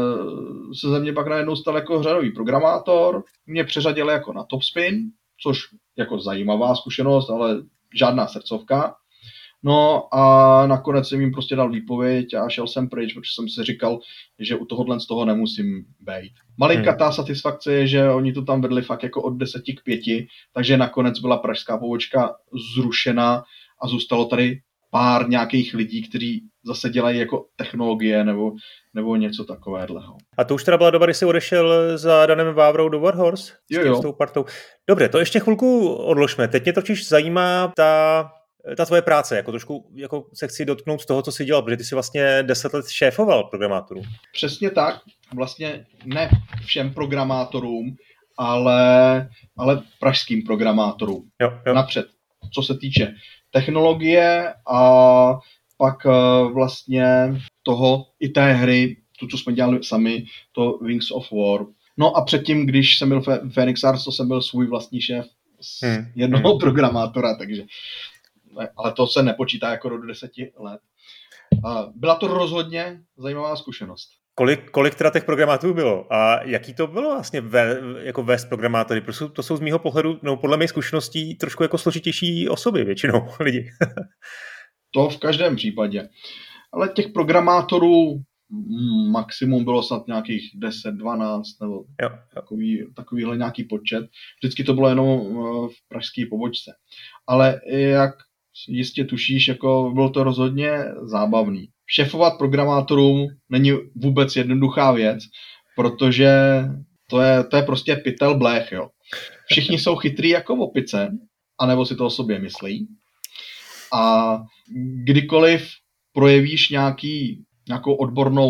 se ze mě pak najednou stal jako řadový programátor, mě přeřadili jako na Top Spin, což jako zajímavá zkušenost, ale žádná srdcovka. No a nakonec jsem jim prostě dal výpověď a šel jsem pryč, protože jsem si říkal, že u tohohle z toho nemusím být. Malinkatá hmm. satisfakce je, že oni to tam vedli fakt jako od deseti k pěti, takže nakonec byla pražská pobočka zrušena a zůstalo tady pár nějakých lidí, kteří zase dělají jako technologie nebo, nebo něco takového. A to už teda byla doba, kdy jsi odešel za Danem Vávrou do Warhorse? Jo, jo. S tou partou. Dobře, to ještě chvilku odložme. Teď mě totiž zajímá ta, ta tvoje práce. Jako trošku jako se chci dotknout z toho, co jsi dělal, protože ty jsi vlastně deset let šéfoval programátorům. Přesně tak. Vlastně ne všem programátorům, ale, ale pražským programátorům. Jo, jo. Napřed, co se týče technologie a pak vlastně toho i té hry, to, co jsme dělali sami, to Wings of War. No a předtím, když jsem byl v Phoenix Arts, to jsem byl svůj vlastní šéf z hmm. jednoho hmm. programátora, takže ale to se nepočítá jako do deseti let. Byla to rozhodně zajímavá zkušenost. Kolik, kolik teda těch programátorů bylo a jaký to bylo vlastně ve, jako vést programátory? Protože to jsou z mýho pohledu, no podle mých zkušeností, trošku jako složitější osoby většinou lidi. To v každém případě. Ale těch programátorů maximum bylo snad nějakých deset, dvanáct nebo jo, jo. Takový, takovýhle nějaký počet. Vždycky to bylo jenom v pražské pobočce. Ale jak jistě tušíš, jako bylo to rozhodně zábavný. Šéfovat programátorům není vůbec jednoduchá věc, protože to je, to je prostě pytel blech, jo. Všichni jsou chytrý jako opice, anebo si to o sobě myslí. A kdykoliv projevíš nějaký, nějakou odbornou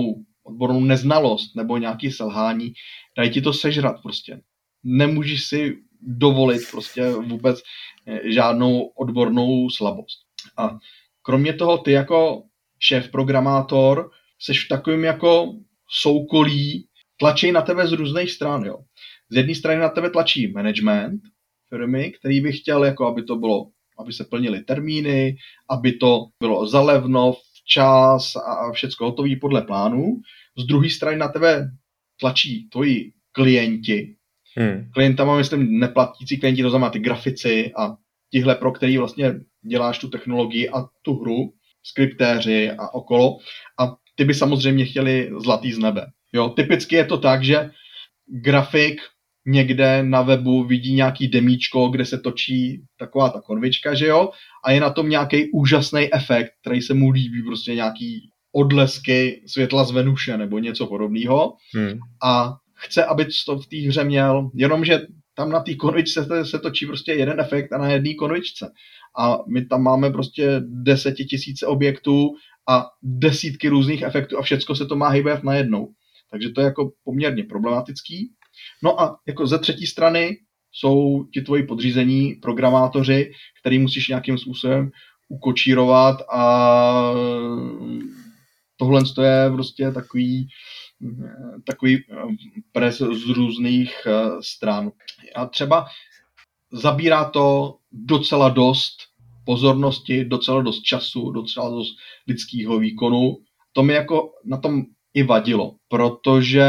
odbornou neznalost nebo nějaký selhání, dají ti to sežrat prostě. Nemůžeš si dovolit prostě vůbec žádnou odbornou slabost. A kromě toho ty jako šéf programátor seš v takovém jako soukolí, tlačí na tebe z různých stran. Jo. Z jedné strany na tebe tlačí management firmy, který by chtěl, jako aby to bylo, aby se plnily termíny, aby to bylo zalevno, včas a všecko hotové podle plánu. Z druhé strany na tebe tlačí tvoji klienti. Hmm. Klientama myslím neplatící klienti, to znamená ty grafici a tihle, pro který vlastně děláš tu technologii a tu hru, skriptéři a okolo. A ty by samozřejmě chtěli zlatý z nebe. Jo, typicky je to tak, že grafik někde na webu vidí nějaký demíčko, kde se točí taková ta konvička, že jo, a je na tom nějaký úžasný efekt, který se mu líbí, prostě nějaký odlesky světla z Venuše nebo něco podobného. Hmm. A chce, aby to v té hře měl, jenomže tam na té konvičce se, se točí prostě jeden efekt a na jedné konvičce. A my tam máme prostě desetitisíce objektů a desítky různých efektů a všecko se to má hýbat najednou. Takže to je jako poměrně problematický. No a jako ze třetí strany jsou ti tvoji podřízení programátoři, který musíš nějakým způsobem ukočírovat a tohle je prostě takový takový pres z různých stran. A třeba zabírá to docela dost pozornosti, docela dost času, docela dost lidského výkonu. To mi jako na tom i vadilo, protože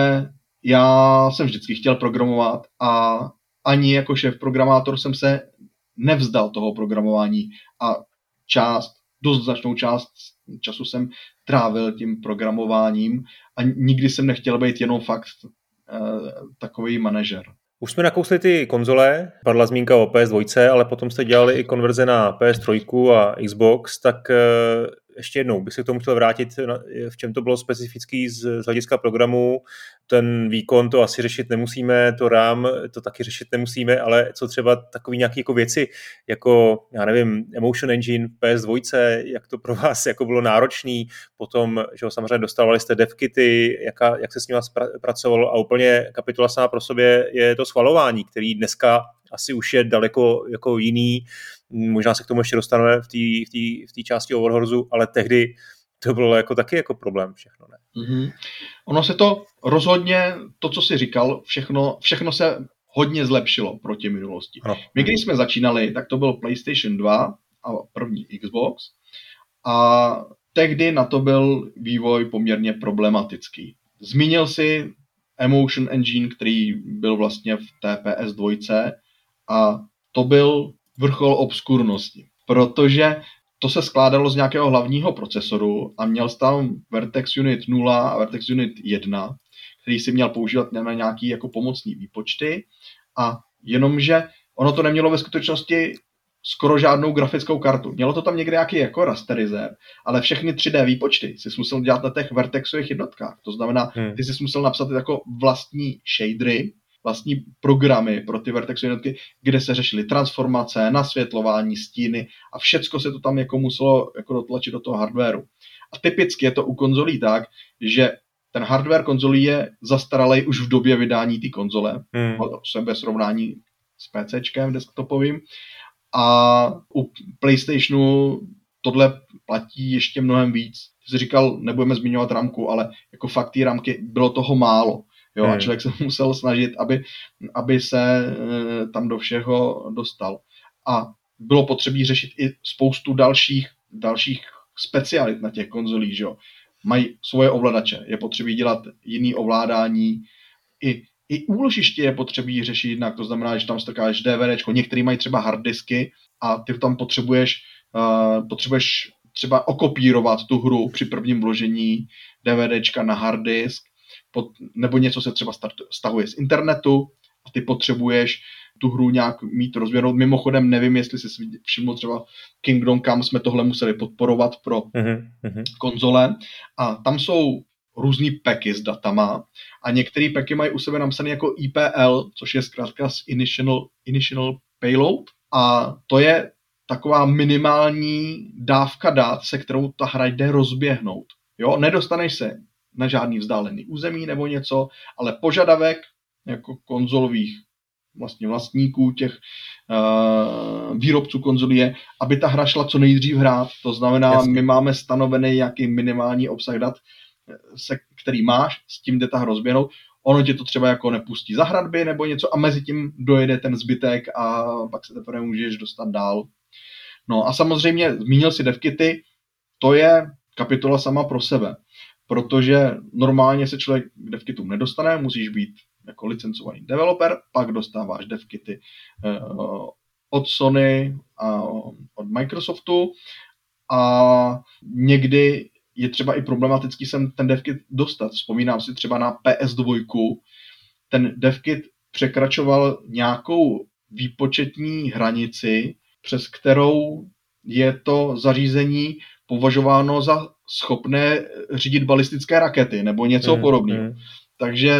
já jsem vždycky chtěl programovat a ani jako šéf programátor jsem se nevzdal toho programování a část, dost značnou část času jsem trávil tím programováním a nikdy jsem nechtěl být jenom fakt uh, takový manažer. Už jsme nakousli ty konzole, padla zmínka o P S dva, ale potom jste dělali i konverze na P S tři a Xbox, tak uh, ještě jednou bych se k tomu chtěl vrátit, v čem to bylo specifický z, z hlediska programu. Ten výkon to asi řešit nemusíme, to RAM to taky řešit nemusíme, ale co třeba takový nějaké jako věci, jako já nevím, Emotion Engine v P S dva, jak to pro vás jako bylo náročný, potom, že ho samozřejmě dostávali jste devkity, jaka, jak se s nimi pracovalo a úplně kapitola sama pro sobě je to schvalování, který dneska asi už je daleko jako jiný, možná se k tomu ještě dostaneme v té v v části o Warhorsu, ale tehdy to bylo jako taky jako problém všechno, ne? Mm-hmm. Ono se to rozhodně, to, co jsi říkal, všechno, všechno se hodně zlepšilo proti minulosti. Ano. My, když jsme začínali, tak to byl PlayStation dva a první Xbox a tehdy na to byl vývoj poměrně problematický. Zmínil si Emotion Engine, který byl vlastně v té P S dva a to byl vrchol obskurnosti, protože to se skládalo z nějakého hlavního procesoru a měl tam Vertex Unit nula a Vertex Unit jedna, který si měl používat na nějaký jako pomocný výpočty a jenomže ono to nemělo ve skutečnosti skoro žádnou grafickou kartu. Mělo to tam někde nějaký jako rasterizer, ale všechny tři dé výpočty si musel dělat na těch Vertexových jednotkách. To znamená, ty si musel napsat jako vlastní shadery, vlastní programy pro ty Vertexové jednotky, kde se řešily transformace, nasvětlování, stíny a všecko se to tam jako muselo jako dotlačit do toho hardwareu. A typicky je to u konzolí tak, že ten hardware konzolí je zastaralej už v době vydání té konzole, hmm. sebe srovnání s PCčkem desktopovým. A u PlayStationu tohle platí ještě mnohem víc. Ty jsi říkal, nebudeme zmiňovat ramku, ale jako fakt té ramky bylo toho málo. Jo, hmm. A člověk se musel snažit, aby, aby se e, tam do všeho dostal. A bylo potřebí řešit i spoustu dalších, dalších specialit na těch konzolích. Že? Mají svoje ovladače, je potřebí dělat jiný ovládání. I, i úložiště je potřebí řešit jinak, to znamená, že tam strkáš DVDčko, některý mají třeba harddisky a ty tam potřebuješ, uh, potřebuješ třeba okopírovat tu hru při prvním vložení DVDčka na harddisk, pod, nebo něco se třeba stahuje z internetu a ty potřebuješ tu hru nějak mít rozvěrnout. Mimochodem nevím, jestli jsi všiml třeba Kingdom Come, jsme tohle museli podporovat pro uh-huh, uh-huh. konzole a tam jsou různý packy s datama a některé packy mají u sebe napsané jako I P L, což je zkrátka z Initial, initial Payload a to je taková minimální dávka dat, se kterou ta hra jde rozběhnout. Jo, nedostaneš se na žádný vzdálený území nebo něco, ale požadavek jako konzolových vlastně vlastníků těch uh, výrobců konzolí je, aby ta hra šla co nejdřív hrát. To znamená, Jasně. my máme stanovený nějaký minimální obsah dat, se, který máš, s tím jde ta hra rozběhnout. Ono tě to třeba jako nepustí za hradby nebo něco a mezi tím dojede ten zbytek a pak se teprve můžeš dostat dál. No a samozřejmě zmínil si devkity, to je kapitola sama pro sebe, protože normálně se člověk k devkitům nedostane, musíš být jako licencovaný developer, pak dostáváš devkity uh, od Sony a od Microsoftu a někdy je třeba i problematický sem ten devkit dostat. Vzpomínám si třeba na P S dva, ten devkit překračoval nějakou výpočetní hranici, přes kterou je to zařízení považováno za schopné řídit balistické rakety nebo něco mm, podobného. Mm. Takže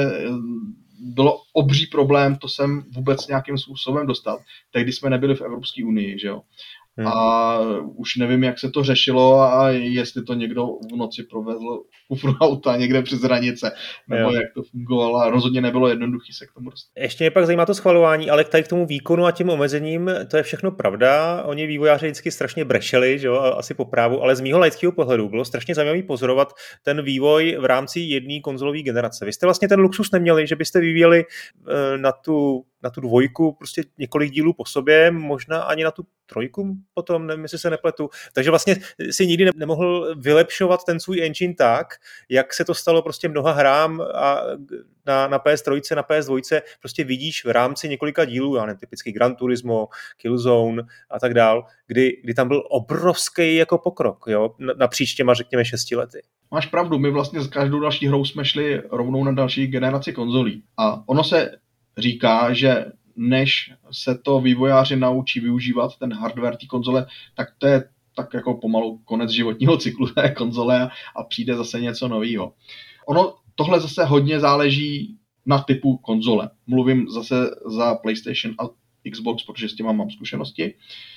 bylo obří problém to sem vůbec nějakým způsobem dostat. Tehdy jsme nebyli v Evropské unii, že jo. Hmm. A už nevím, jak se to řešilo a jestli to někdo v noci provezl kufru auta někde přes hranice, nebo jo. jak to fungovalo. A rozhodně nebylo jednoduchý se k tomu dostat. Ještě mě pak zajímá to schvalování, ale tady k tomu výkonu a těm omezením, to je všechno pravda. Oni vývojáři vždycky strašně brešeli, že jo, asi po právu, ale z mýho laického pohledu bylo strašně zajímavý pozorovat ten vývoj v rámci jedné konzolové generace. Vy jste vlastně ten luxus neměli, že byste vyvíjeli na tu na tu dvojku prostě několik dílů po sobě, možná ani na tu trojku potom, nevím, jestli se nepletu. Takže vlastně si nikdy nemohl vylepšovat ten svůj engine tak, jak se to stalo prostě mnoha hrám a na, na P S tři, na P S dva prostě vidíš v rámci několika dílů, já nevím, typický Gran Turismo, Killzone a tak dál, kdy, kdy tam byl obrovský jako pokrok, jo, napříč těma, řekněme, šesti lety. Máš pravdu, my vlastně s každou další hrou jsme šli rovnou na další generaci konzolí. A ono se říká, že než se to vývojáři naučí využívat ten hardware té konzole, tak to je tak jako pomalu konec životního cyklu té konzole a, a přijde zase něco nového. Ono tohle zase hodně záleží na typu konzole. Mluvím zase za PlayStation a Xbox, protože s těma mám zkušenosti.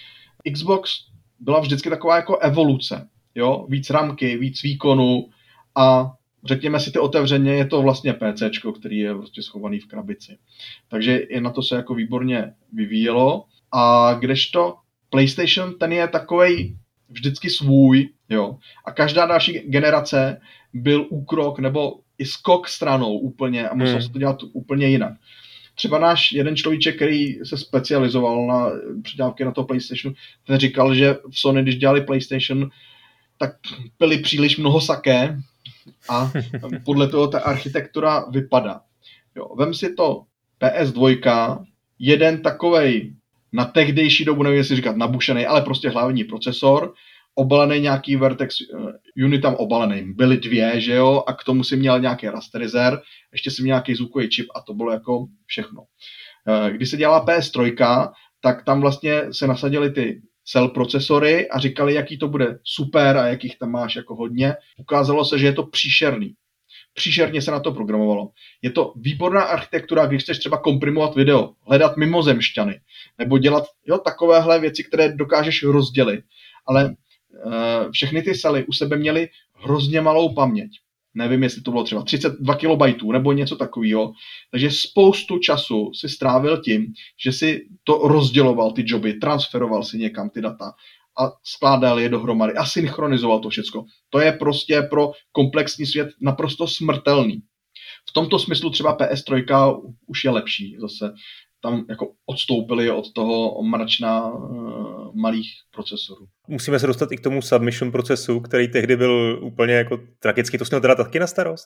Xbox byla vždycky taková jako evoluce. Jo? Víc ramky, víc výkonu a řekněme si to otevřeně, je to vlastně PCčko, který je prostě schovaný v krabici. Takže i na to se jako výborně vyvíjelo. A kdežto PlayStation, ten je takovej vždycky svůj, jo. A každá další generace byl úkrok nebo i skok stranou úplně a musel hmm. se to dělat úplně jinak. Třeba náš jeden človíček, který se specializoval na předávky na to PlayStation, ten říkal, že v Sony, když dělali PlayStation, tak pili příliš mnoho saké, a podle toho ta architektura vypadá. Jo, vem si to P S dva, jeden takovej na tehdejší dobu, nevím, jestli říkat nabušený, ale prostě hlavní procesor, obalený nějaký Vertex Unitem obalený. Byly dvě, že jo, a k tomu si měl nějaký rasterizer, ještě si měl nějaký zvukový čip a to bylo jako všechno. Když se dělala P S tři, tak tam vlastně se nasadily ty cell procesory a říkali, jaký to bude super a jakých tam máš jako hodně. Ukázalo se, že je to příšerný. Příšerně se na to programovalo. Je to výborná architektura, když chceš třeba komprimovat video, hledat mimozemšťany, nebo dělat jo, takovéhle věci, které dokážeš rozdělit. Ale uh, všechny ty cely u sebe měly hrozně malou paměť. Nevím, jestli to bylo třeba třicet dva kilobajtů nebo něco takového. Takže spoustu času si strávil tím, že si to rozděloval, ty joby, transferoval si někam ty data a skládal je dohromady a synchronizoval to všecko. To je prostě pro komplexní svět naprosto smrtelný. V tomto smyslu třeba P S tři už je lepší. Zase tam jako odstoupili od toho mračna uh, malých procesorů. Musíme se dostat i k tomu submission procesu, který tehdy byl úplně jako tragický. To jsi měl teda taky na starost?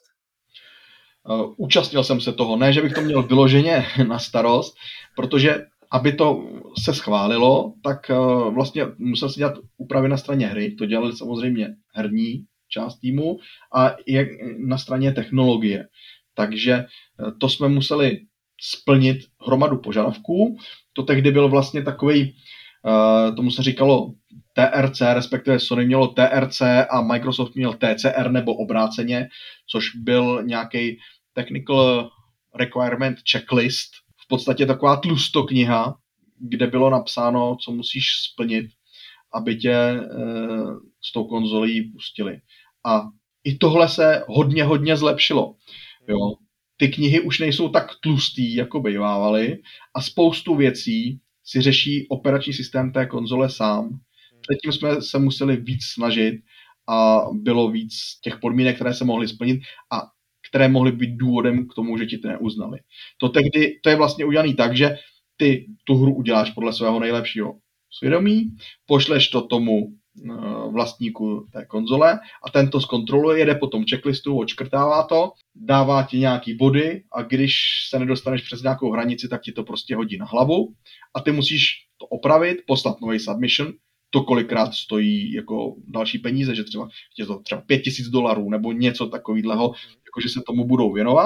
Uh, účastnil jsem se toho. Ne, že bych to měl vyloženě na starost, protože aby to se schválilo, tak uh, vlastně musel se dělat úpravy na straně hry. To dělali samozřejmě herní část týmu a i na straně technologie. Takže uh, to jsme museli splnit hromadu požadavků. To tehdy byl vlastně takový, uh, tomu se říkalo T R C, respektive Sony mělo T R C a Microsoft měl T C R nebo obráceně, což byl nějaký technical requirement checklist, v podstatě taková tlustokniha, kde bylo napsáno, co musíš splnit, aby tě uh, s tou konzolí pustili. A i tohle se hodně, hodně zlepšilo. Jo. Ty knihy už nejsou tak tlustý, jako bývávaly, a spoustu věcí si řeší operační systém té konzole sám. Předtím jsme se museli víc snažit a bylo víc těch podmínek, které se mohly splnit a které mohly být důvodem k tomu, že ti to neuznali. To tehdy, to je vlastně udělané tak, že ty tu hru uděláš podle svého nejlepšího svědomí, pošleš to tomu vlastníku té konzole a ten to zkontroluje, jede po tom checklistu, odškrtává to, dává ti nějaký body a když se nedostaneš přes nějakou hranici, tak ti to prostě hodí na hlavu a ty musíš to opravit, poslat nový submission, to kolikrát stojí jako další peníze, že třeba je to třeba pět tisíc dolarů nebo něco takového, jakože se tomu budou věnovat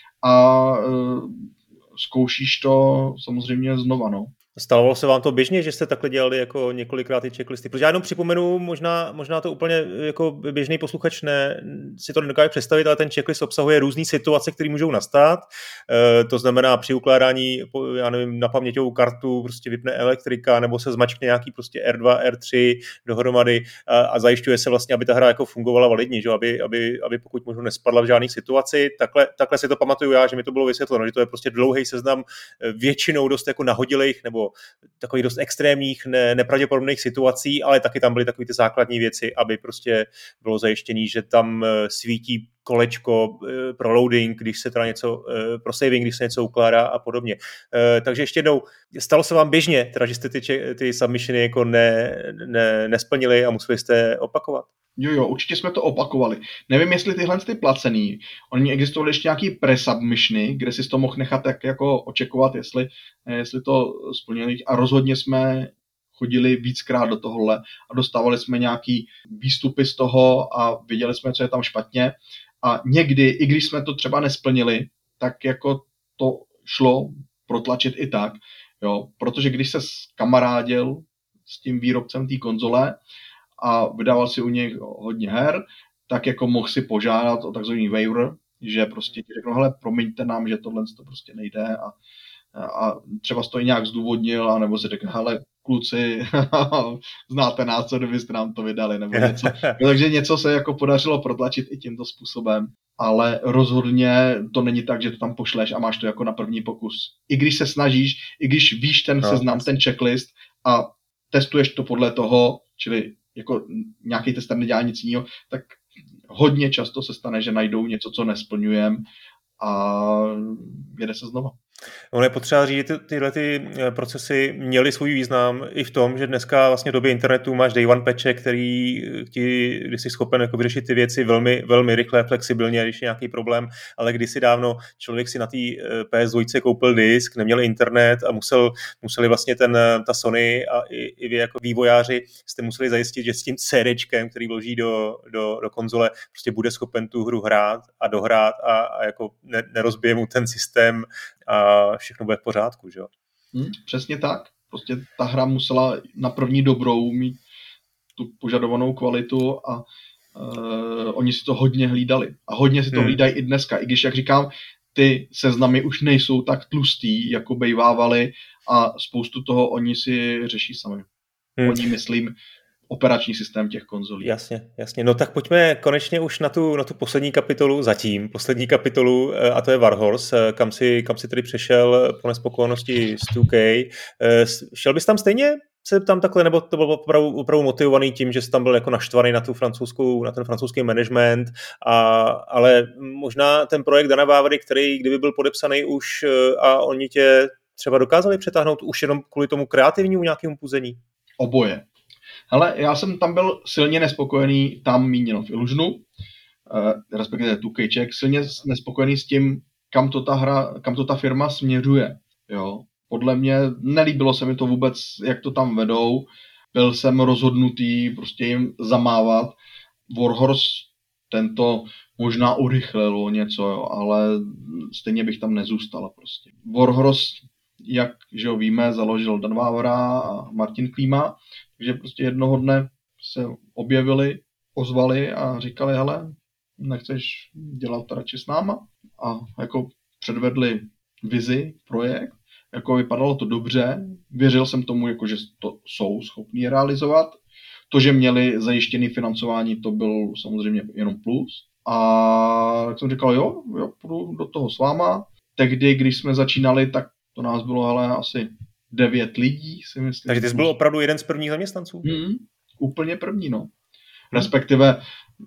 a e, zkoušíš to samozřejmě znova, no. Stalo se vám to běžně, že jste takhle dělali jako několikrát ty checklisty? Protože já jenom připomenu, možná, možná to úplně jako běžný posluchač ne, si to nedokáže představit, ale ten checklist obsahuje různé situace, které můžou nastat. E, to znamená při ukládání, já nevím, na paměťovou kartu prostě vypne elektrika, nebo se zmačkne nějaký prostě R dva, R tři dohromady a, a zajišťuje se vlastně, aby ta hra jako fungovala validně, že? Aby, aby, aby pokud možno nespadla v žádných situaci. Takhle, takhle si to pamatuju já, že mi to bylo vysvětleno, že to je prostě dlouhý seznam většinou dost jako nahodilých nebo takových dost extrémních, ne, nepravděpodobných situací, ale taky tam byly takové ty základní věci, aby prostě bylo zajištěné, že tam svítí kolečko pro loading, když se teda něco, pro saving, když se něco ukládá a podobně. Takže ještě jednou, stalo se vám běžně, teda, že jste ty, ty submissiony jako ne, ne, nesplnili a museli jste opakovat? Jo, jo, určitě jsme to opakovali. Nevím, jestli tyhle ty placený, oni existovaly ještě nějaký pre-submissiony, kde si to mohl nechat tak jako očekovat, jestli, jestli to splnili. A rozhodně jsme chodili víckrát do tohohle a dostávali jsme nějaký výstupy z toho a viděli jsme, co je tam špatně. A někdy, i když jsme to třeba nesplnili, tak jako to šlo protlačit i tak, jo, protože když se kamarádil s tím výrobcem té konzole a vydával si u něj hodně her, tak jako mohl si požádat o takzvaný waiver, že prostě ti řeknou, hele, promiňte nám, že tohle to prostě nejde a, a třeba to i nějak zdůvodnil, anebo si řekl, hele, kluci, znáte nás, co kdybyste nám to vydali, nebo něco. Takže něco se jako podařilo protlačit i tímto způsobem, ale rozhodně to není tak, že to tam pošleš a máš to jako na první pokus. I když se snažíš, i když víš ten no, seznam, ten checklist a testuješ to podle toho, čili jako nějaký tester nedělá nic jiného, tak hodně často se stane, že najdou něco, co nesplňujeme a jede se znova. Ono je potřeba říct, že ty, tyhle ty procesy měly svůj význam i v tom, že dneska vlastně v době internetu máš day one patche, který ti, když jsi schopen jako vyřešit ty věci velmi, velmi rychle, flexibilně, když je nějaký problém, ale kdysi dávno člověk si na té P S dva koupil disk, neměl internet a musel, museli vlastně ten, ta Sony a i, i vy jako vývojáři jste museli zajistit, že s tím CDčkem, který vloží do, do, do konzole, prostě bude schopen tu hru hrát a dohrát a, a jako ne, nerozbije mu ten systém a všechno bude v pořádku, že jo? Hmm, přesně tak. Prostě ta hra musela na první dobrou mít tu požadovanou kvalitu a uh, oni si to hodně hlídali. A hodně si to hmm. hlídají i dneska. I když, jak říkám, ty seznamy už nejsou tak tlustý, jako bejvávali a spoustu toho oni si řeší sami. Hmm. Oni, myslím, operační systém těch konzolí. Jasně, jasně. No tak pojďme konečně už na tu, na tu poslední kapitolu, zatím poslední kapitolu, a to je Warhorse, kam si, kam si tedy přešel po nespokojenosti z two K. Šel bys tam stejně? Se tam takhle, nebo to bylo opravdu, opravdu motivovaný tím, že jsi tam byl jako naštvaný na tu francouzskou, na ten francouzský management, a, ale možná ten projekt Dana Vávry, který kdyby byl podepsaný už a oni tě třeba dokázali přetáhnout už jenom kvůli tomu kreativnímu nějakému puzení? Oboje. Hele, já jsem tam byl silně nespokojený, tam míněno v Illusionu, eh, respektive two K Czech, silně nespokojený s tím, kam to ta hra, kam to ta firma směřuje. Jo. Podle mě nelíbilo se mi to vůbec, jak to tam vedou. Byl jsem rozhodnutý prostě jim zamávat. Warhorse tento možná urychlilo něco, jo, ale stejně bych tam nezůstala prostě. Warhorse, jak že jo, víme, založil Dan Vávra a Martin Klíma, takže prostě jednoho dne se objevili, ozvali a říkali, hele, nechceš dělat radši s náma? A jako předvedli vizi, projekt, jako vypadalo to dobře, věřil jsem tomu, jako, že to jsou schopní realizovat. To, že měli zajištěný financování, to byl samozřejmě jenom plus. A jak jsem říkal, jo, jo, půjdu do toho s váma. Tehdy, když jsme začínali, tak to nás bylo ale asi devět lidí, si myslím. Takže ty jsi byl opravdu jeden z prvních zaměstnanců? Hmm, úplně první, no. Respektive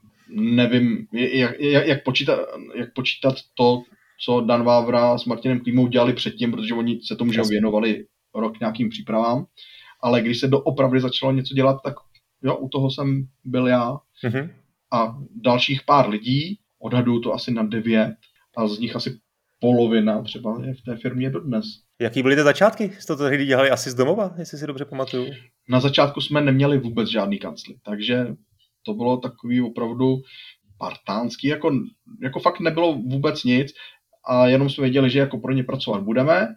nevím, jak, jak, jak, počítat, jak počítat to, co Dan Vávra s Martinem Klímou dělali předtím, protože oni se tomu že věnovali rok nějakým přípravám, ale když se doopravdy začalo něco dělat, tak jo, u toho jsem byl já mm-hmm. a dalších pár lidí, odhaduju to asi na devět a z nich asi polovina třeba je v té firmě dodnes. Jaký byly ty začátky? Jste to tehdy dělali asi z domova, jestli si dobře pamatuju? Na začátku jsme neměli vůbec žádný kancly, takže to bylo takový opravdu partánský, jako, jako fakt nebylo vůbec nic a jenom jsme věděli, že jako pro ně pracovat budeme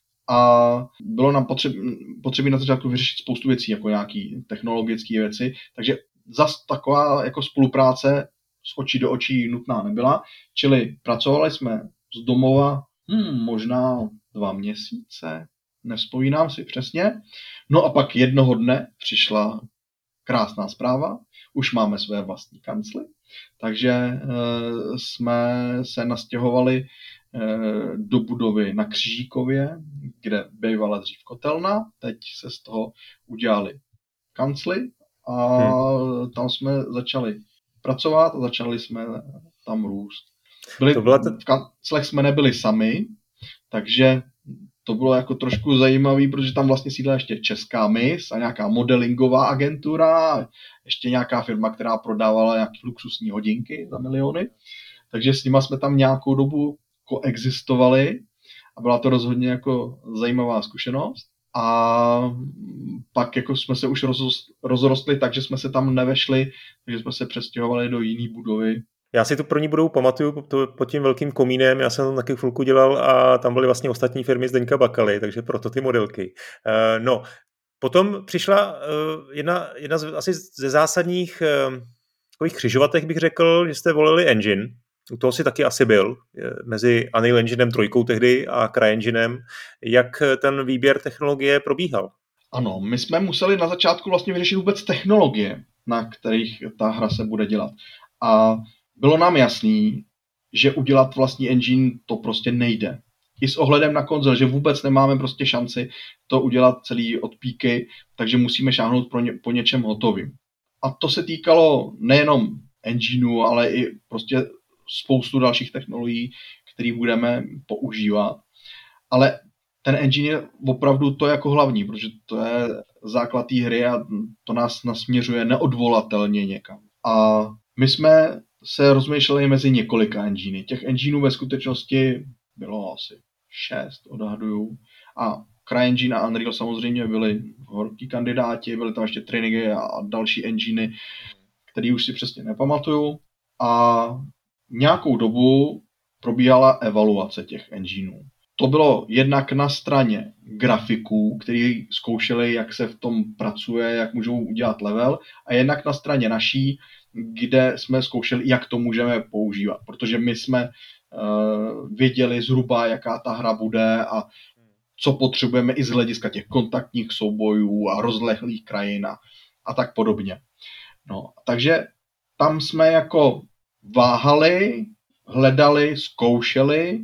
a bylo nám potřeb, potřebí na začátku vyřešit spoustu věcí, jako nějaký technologické věci, takže zas taková jako spolupráce z očí do očí nutná nebyla, čili pracovali jsme z domova hmm, možná dva měsíce, nevzpomínám si přesně, no a pak jednoho dne přišla krásná zpráva, už máme své vlastní kancly, takže e, jsme se nastěhovali e, do budovy na Křížíkově, kde bývala dřív kotelna, teď se z toho udělali kancly a hmm. tam jsme začali pracovat a začali jsme tam růst. Byli, to t... V kanclech jsme nebyli sami, takže to bylo jako trošku zajímavý, protože tam vlastně sídla ještě Česká Mis a nějaká modelingová agentura, ještě nějaká firma, která prodávala nějaké luxusní hodinky za miliony. Takže s nima jsme tam nějakou dobu koexistovali a byla to rozhodně jako zajímavá zkušenost. A pak jako jsme se už rozrostli tak, že jsme se tam nevešli, takže jsme se přestěhovali do jiné budovy. Já si tu první budovu pamatuju pod tím velkým komínem, já jsem tam taky chvilku dělal a tam byly vlastně ostatní firmy Zdeňka Bakaly, takže proto ty modelky. No, potom přišla jedna, jedna z, asi ze zásadních takových křižovatek, bych řekl, že jste volili engine. U toho si taky asi byl, mezi Unreal Enginem trojkou tehdy a CryEnginem. Jak ten výběr technologie probíhal? Ano, my jsme museli na začátku vlastně vyřešit vůbec technologie, na kterých ta hra se bude dělat. A bylo nám jasný, že udělat vlastní engine to prostě nejde. I s ohledem na konzol, že vůbec nemáme prostě šanci to udělat celý od píky, takže musíme šáhnout pro ně, po něčem hotovým. A to se týkalo nejenom engineu, ale i prostě spoustu dalších technologií, které budeme používat. Ale ten engine je opravdu to jako hlavní, protože to je základ té hry a to nás nasměřuje neodvolatelně někam. A my jsme se rozmýšleli mezi několika enginey. Těch engineů ve skutečnosti bylo asi šest, odhaduju. A CryEngine a Unreal samozřejmě byli horký kandidáti, byly tam ještě Trinity a další enginey, který už si přesně nepamatuju. A nějakou dobu probíhala evaluace těch engineů. To bylo jednak na straně grafiků, kteří zkoušeli, jak se v tom pracuje, jak můžou udělat level, a jednak na straně naší, kde jsme zkoušeli, jak to můžeme používat. Protože my jsme uh, věděli zhruba, jaká ta hra bude a co potřebujeme i z hlediska těch kontaktních soubojů a rozlehlých krajin a, a tak podobně. No, takže tam jsme jako váhali, hledali, zkoušeli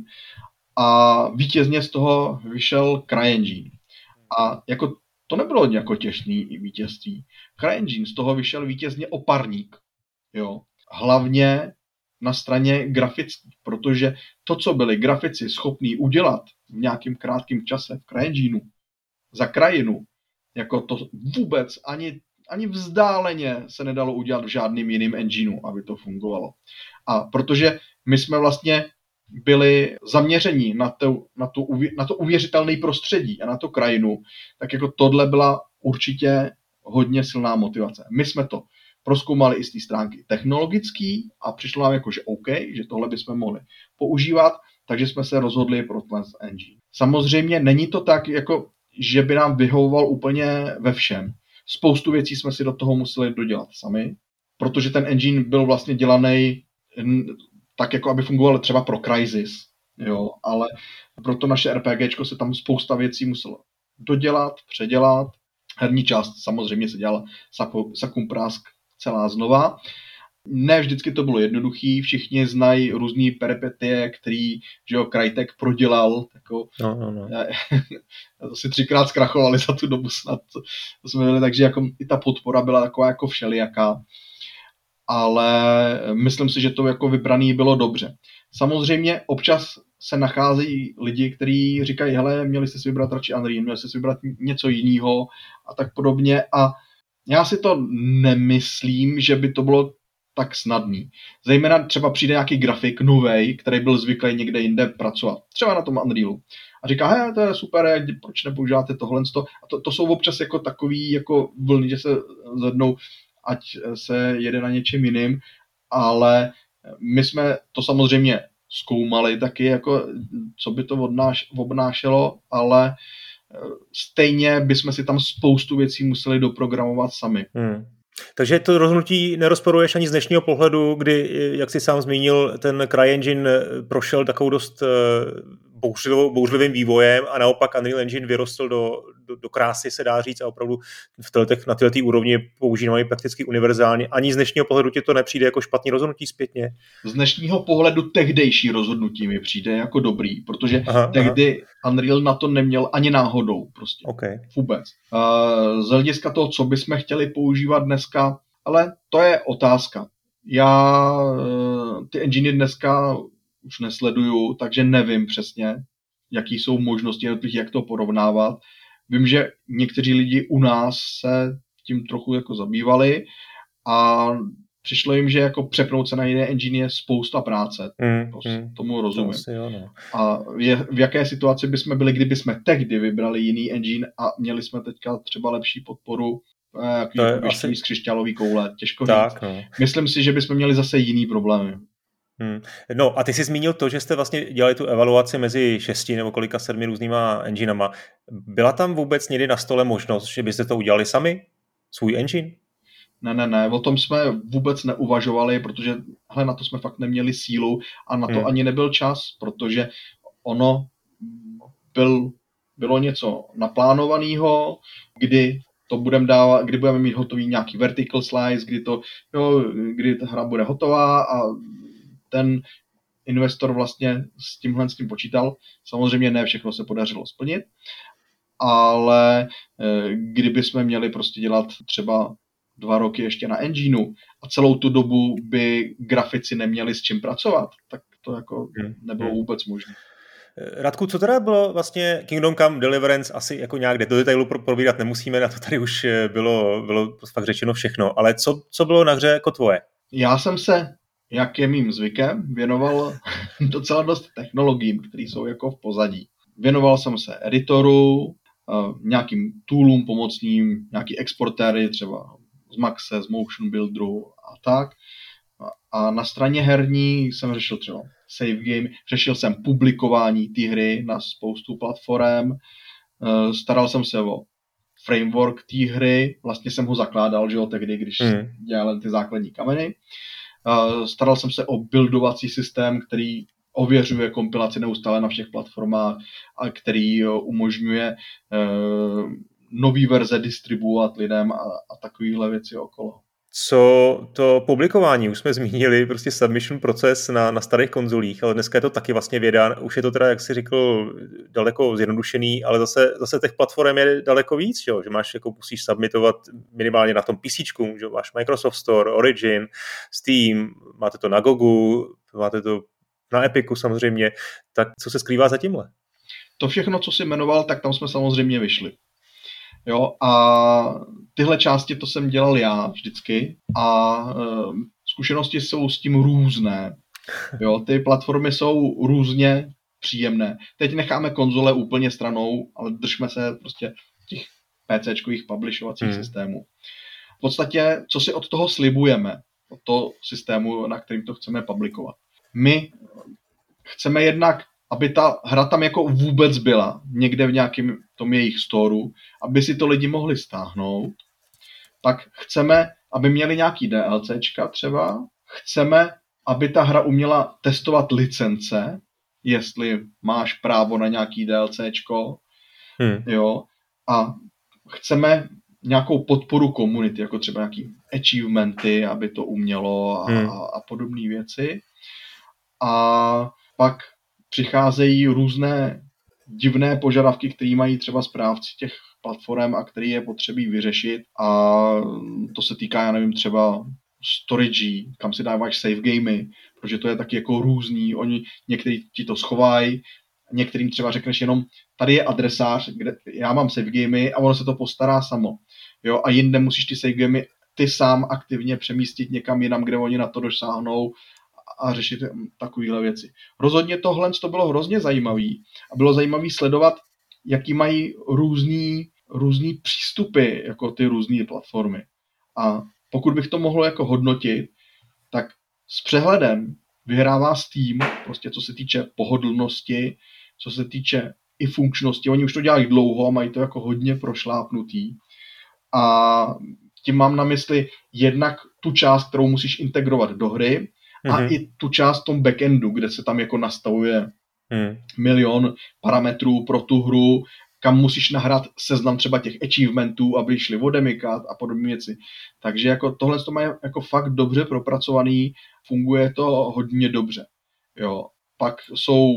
a vítězně z toho vyšel CryEngine. A jako to nebylo jako těžný vítězství. CryEngine z toho vyšel vítězně oparník. Jo. Hlavně na straně grafický, protože to, co byli grafici schopní udělat v nějakým krátkém čase v CryEngineu za krajinu, jako to vůbec ani, ani vzdáleně se nedalo udělat v žádným jiným engineu, aby to fungovalo. A protože my jsme vlastně byli zaměření na to, na to, na to uvěřitelné prostředí a na to krajinu, tak jako tohle byla určitě hodně silná motivace. My jsme to prozkoumali i z té stránky technologický a přišlo nám jako, že OK, že tohle bychom mohli používat, takže jsme se rozhodli pro ten engine. Samozřejmě není to tak, jako, že by nám vyhovoval úplně ve všem. Spoustu věcí jsme si do toho museli dodělat sami, protože ten engine byl vlastně dělaný tak, jako aby fungoval třeba pro Crysis, jo, ale pro to naše RPGčko se tam spousta věcí muselo dodělat, předělat Herní část samozřejmě se dělala sakum prásk celá znova. Ne vždycky to bylo jednoduchý, všichni znají různý peripetie, který, že jo, Crytek prodělal, jako, no, no, no. asi třikrát zkrachovali za tu dobu snad, to jsme měli, takže jako i ta podpora byla taková jako všelijaká, ale myslím si, že to jako vybraný bylo dobře. Samozřejmě občas se nacházejí lidi, kteří říkají, hele, měli jste si vybrat radši Unreal, měli jste si vybrat něco jiného a tak podobně a já si to nemyslím, že by to bylo tak snadný. Zejména třeba přijde nějaký grafik novej, který byl zvyklý někde jinde pracovat. Třeba na tom Unrealu. A říká, hej, to je super, proč nepoužíváte tohle? A to, to jsou občas jako takový jako vlny, že se zvednou, ať se jede na něčem jiným, ale my jsme to samozřejmě zkoumali taky, jako, co by to odnáš, obnášelo, ale stejně bychom si tam spoustu věcí museli doprogramovat sami. Hmm. Takže to rozhodnutí nerozporuješ ani z dnešního pohledu, kdy, jak jsi sám zmínil, ten CryEngine prošel takovou dost bouřlivou, bouřlivým vývojem a naopak Unreal Engine vyrostl do, do, do krásy, se dá říct, a opravdu v této, na této úrovni používají prakticky univerzálně. Ani z dnešního pohledu ti to nepřijde jako špatný rozhodnutí zpětně? Z dnešního pohledu tehdejší rozhodnutí mi přijde jako dobrý, protože aha, tehdy aha. Unreal na to neměl ani náhodou prostě. Okay. Vůbec. Uh, z hlediska toho, co bychom chtěli používat dneska, ale to je otázka. Já uh, ty enginy dneska už nesleduju, takže nevím přesně, jaký jsou možnosti, jak to porovnávat. Vím, že někteří lidi u nás se tím trochu jako zabývali a přišlo jim, že jako přepnout se na jiné engine je spousta práce. Mm, to, mm, tomu rozumím. To jo, no. A je, v jaké situaci bychom byli, kdyby jsme tehdy vybrali jiný engine a měli jsme teďka třeba lepší podporu, jaký asi... z křišťálový koule, těžko tak, říct. No. Myslím si, že bychom měli zase jiný problémy. Hmm. No a ty jsi zmínil to, že jste vlastně dělali tu evaluaci mezi šesti nebo kolika sedmi různýma enginama. Byla tam vůbec někdy na stole možnost, že byste to udělali sami? Svůj engine? Ne, ne, ne, o tom jsme vůbec neuvažovali, protože hele, na to jsme fakt neměli sílu a na to hmm. ani nebyl čas, protože ono byl, bylo něco naplánovaného, kdy to budeme dávat, kdy budeme mít hotový nějaký vertical slice, kdy to, jo, kdy ta hra bude hotová a ten investor vlastně s tímhle s tím počítal. Samozřejmě ne všechno se podařilo splnit, ale kdyby jsme měli prostě dělat třeba dva roky ještě na engineu a celou tu dobu by grafici neměli s čím pracovat, tak to jako nebylo vůbec možné. Radku, co teda bylo vlastně Kingdom Come Deliverance, asi jako nějak do detailu probírat nemusíme, na to tady už bylo, bylo fakt řečeno všechno, ale co, co bylo na hře jako tvoje? Já jsem se, jak je mým zvykem, věnoval docela dost technologiím, které jsou jako v pozadí. Věnoval jsem se editoru, nějakým toolům pomocným, nějaký exportéry, třeba z Maxe, z Motion Builderu a tak. A na straně herní jsem řešil třeba save game, řešil jsem publikování té hry na spoustu platform, staral jsem se o framework té hry, vlastně jsem ho zakládal, že jo, tehdy, když mm. dělal ty základní kameny. Staral jsem se o buildovací systém, který ověřuje kompilaci neustále na všech platformách a který umožňuje uh, nový verze distribuovat lidem a, a takovýhle věci okolo. Co to publikování, už jsme zmínili, prostě submission proces na, na starých konzolích, ale dneska je to taky vlastně věda, už je to teda, jak jsi řekl, daleko zjednodušený, ale zase, zase těch platform je daleko víc, jo? Že máš, jako musíš submitovat minimálně na tom PCčku, že máš Microsoft Store, Origin, Steam, máte to na Gogu, máte to na Epiku samozřejmě, tak co se skrývá za tímhle? To všechno, co jsi jmenoval, tak tam jsme samozřejmě vyšli. Jo, a tyhle části to jsem dělal já vždycky a e, zkušenosti jsou s tím různé. Jo, ty platformy jsou různě příjemné. Teď necháme konzole úplně stranou, ale držme se prostě těch PCčkových publishovacích hmm. systémů. V podstatě, co si od toho slibujeme, od toho systému, na kterým to chceme publikovat. My chceme jednak, aby ta hra tam jako vůbec byla, někde v nějakém tom jejich storu, aby si to lidi mohli stáhnout. Pak chceme, aby měli nějaký DLCčka třeba. Chceme, aby ta hra uměla testovat licence, jestli máš právo na nějaký DLCčko. Hmm. Jo. A chceme nějakou podporu komunity, jako třeba nějaký achievementy, aby to umělo a, hmm. a podobné věci. A pak přicházejí různé divné požadavky, které mají třeba správci těch platform a které je potřebí vyřešit. A to se týká, já nevím, třeba storage, kam si dáváš save gamey, protože to je taky jako různý. Oni někteří ti to schovají, některým třeba řekneš jenom, tady je adresář, kde já mám save gamey a ono se to postará samo. Jo? A jinde musíš ty save gamey ty sám aktivně přemístit někam jinam, kde oni na to dosáhnou a řešit takovéhle věci. Rozhodně tohle to bylo hrozně zajímavý a bylo zajímavý sledovat, jaký mají různý, různý přístupy, jako ty různé platformy. A pokud bych to mohl jako hodnotit, tak s přehledem vyhrává Steam, prostě co se týče pohodlnosti, co se týče i funkčnosti. Oni už to dělají dlouho a mají to jako hodně prošlápnutý. A tím mám na mysli jednak tu část, kterou musíš integrovat do hry, a mm-hmm. i tu část v tom backendu, kde se tam jako nastavuje mm. milion parametrů pro tu hru, kam musíš nahrát seznam třeba těch achievementů, aby šli odemykat a podobné věci. Takže jako tohle to má jako fakt dobře propracovaný, funguje to hodně dobře. Jo. Pak jsou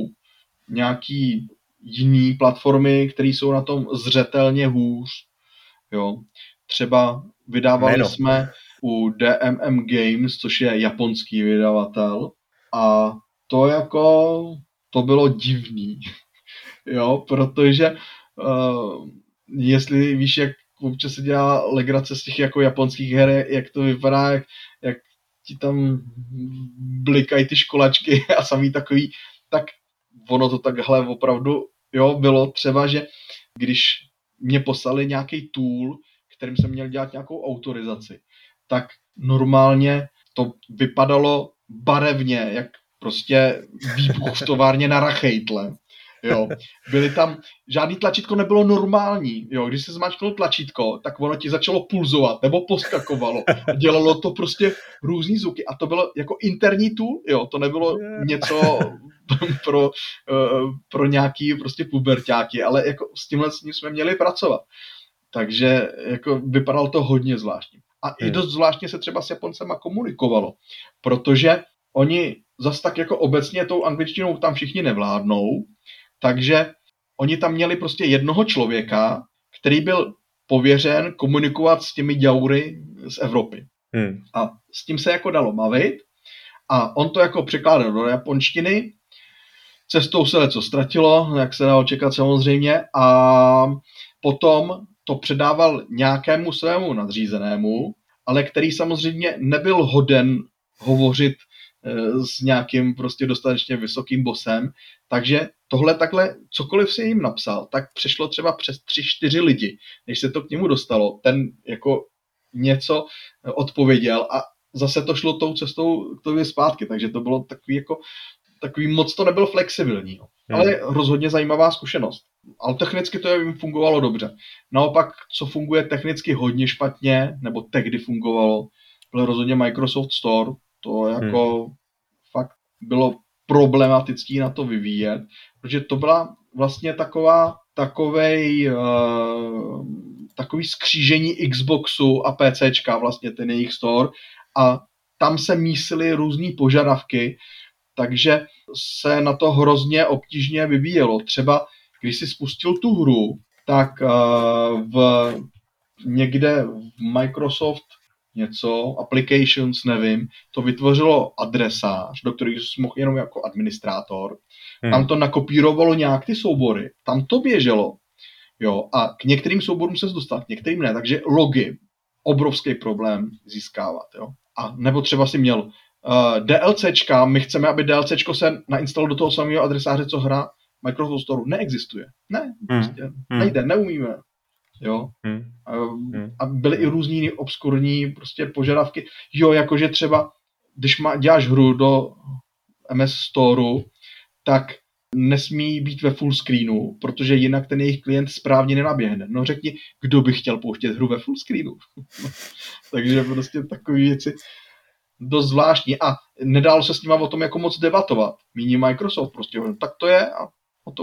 nějaký jiný platformy, které jsou na tom zřetelně hůř. Jo. Třeba vydávali Jméno. jsme u D M M Games, což je japonský vydavatel, a to jako, to bylo divný, jo, protože uh, jestli víš, jak občas se dělá legrace z těch jako japonských her, jak to vypadá, jak, jak ti tam blikají ty školačky a samý takový, tak ono to takhle opravdu, jo, bylo třeba, že když mě poslali nějaký tool, kterým jsem měl dělat nějakou autorizaci, tak normálně to vypadalo barevně, jak prostě výbuch v továrně na Rachejtle. Jo. Byly tam, žádný tlačítko nebylo normální. Jo. Když se zmáčknul tlačítko, tak ono ti začalo pulzovat nebo poskakovalo. A dělalo to prostě různý zvuky. A to bylo jako interní tool, jo. To nebylo něco pro, pro nějaký prostě puberťáky, ale jako s tímhle s ním jsme měli pracovat. Takže jako vypadalo to hodně zvláštně. A hmm. i dost zvláštně se třeba s Japoncema komunikovalo, protože oni zas tak jako obecně tou angličtinou tam všichni nevládnou, takže oni tam měli prostě jednoho člověka, který byl pověřen komunikovat s těmi ďaury z Evropy. Hmm. A s tím se jako dalo bavit a on to jako překládal do japonštiny, cestou se leco ztratilo, jak se dalo čekat samozřejmě, a potom to předával nějakému svému nadřízenému, ale který samozřejmě nebyl hoden hovořit e, s nějakým prostě dostatečně vysokým bosem, takže tohle takhle, cokoliv si jim napsal, tak přešlo třeba přes tři, čtyři lidi, než se to k němu dostalo. Ten jako něco odpověděl a zase to šlo tou cestou k tobě zpátky, takže to bylo takový jako takový moc to nebylo flexibilní. Hmm. Ale rozhodně zajímavá zkušenost. Ale technicky to jim fungovalo dobře. Naopak, co funguje technicky hodně špatně, nebo tehdy fungovalo, byl rozhodně Microsoft Store. To jako hmm. fakt bylo problematický na to vyvíjet, protože to byla vlastně taková takovej uh, takový skřížení Xboxu a PCčka, vlastně ten jejich store, a tam se mísily různý požadavky, takže se na to hrozně obtížně vyvíjelo. Třeba když si spustil tu hru, tak uh, v, někde v Microsoft něco, applications, nevím, to vytvořilo adresář, do kterých jsi mohl jenom jako administrátor. Hmm. Tam to nakopírovalo nějak ty soubory, tam to běželo. Jo, a k některým souborům se dostal, k některým ne, takže logy, obrovský problém získávat. Jo. A nebo třeba si měl uh, DLCčka, my chceme, aby DLCčko se nainstalo do toho samého adresáře, co hra Microsoft Store. Neexistuje. Ne, hmm. prostě hmm. nejde, neumíme. Jo. Hmm. A, a byly i různý obskurní prostě požadavky. Jo, jakože třeba, když má, děláš hru do M S Storeu, tak nesmí být ve full screenu, protože jinak ten jejich klient správně nenaběhne. No řekni, kdo by chtěl pouštět hru ve full screenu. Takže prostě takové věci dost zvláštní. A nedalo se s nima o tom jako moc debatovat. Míní Microsoft prostě. Tak to je a o to.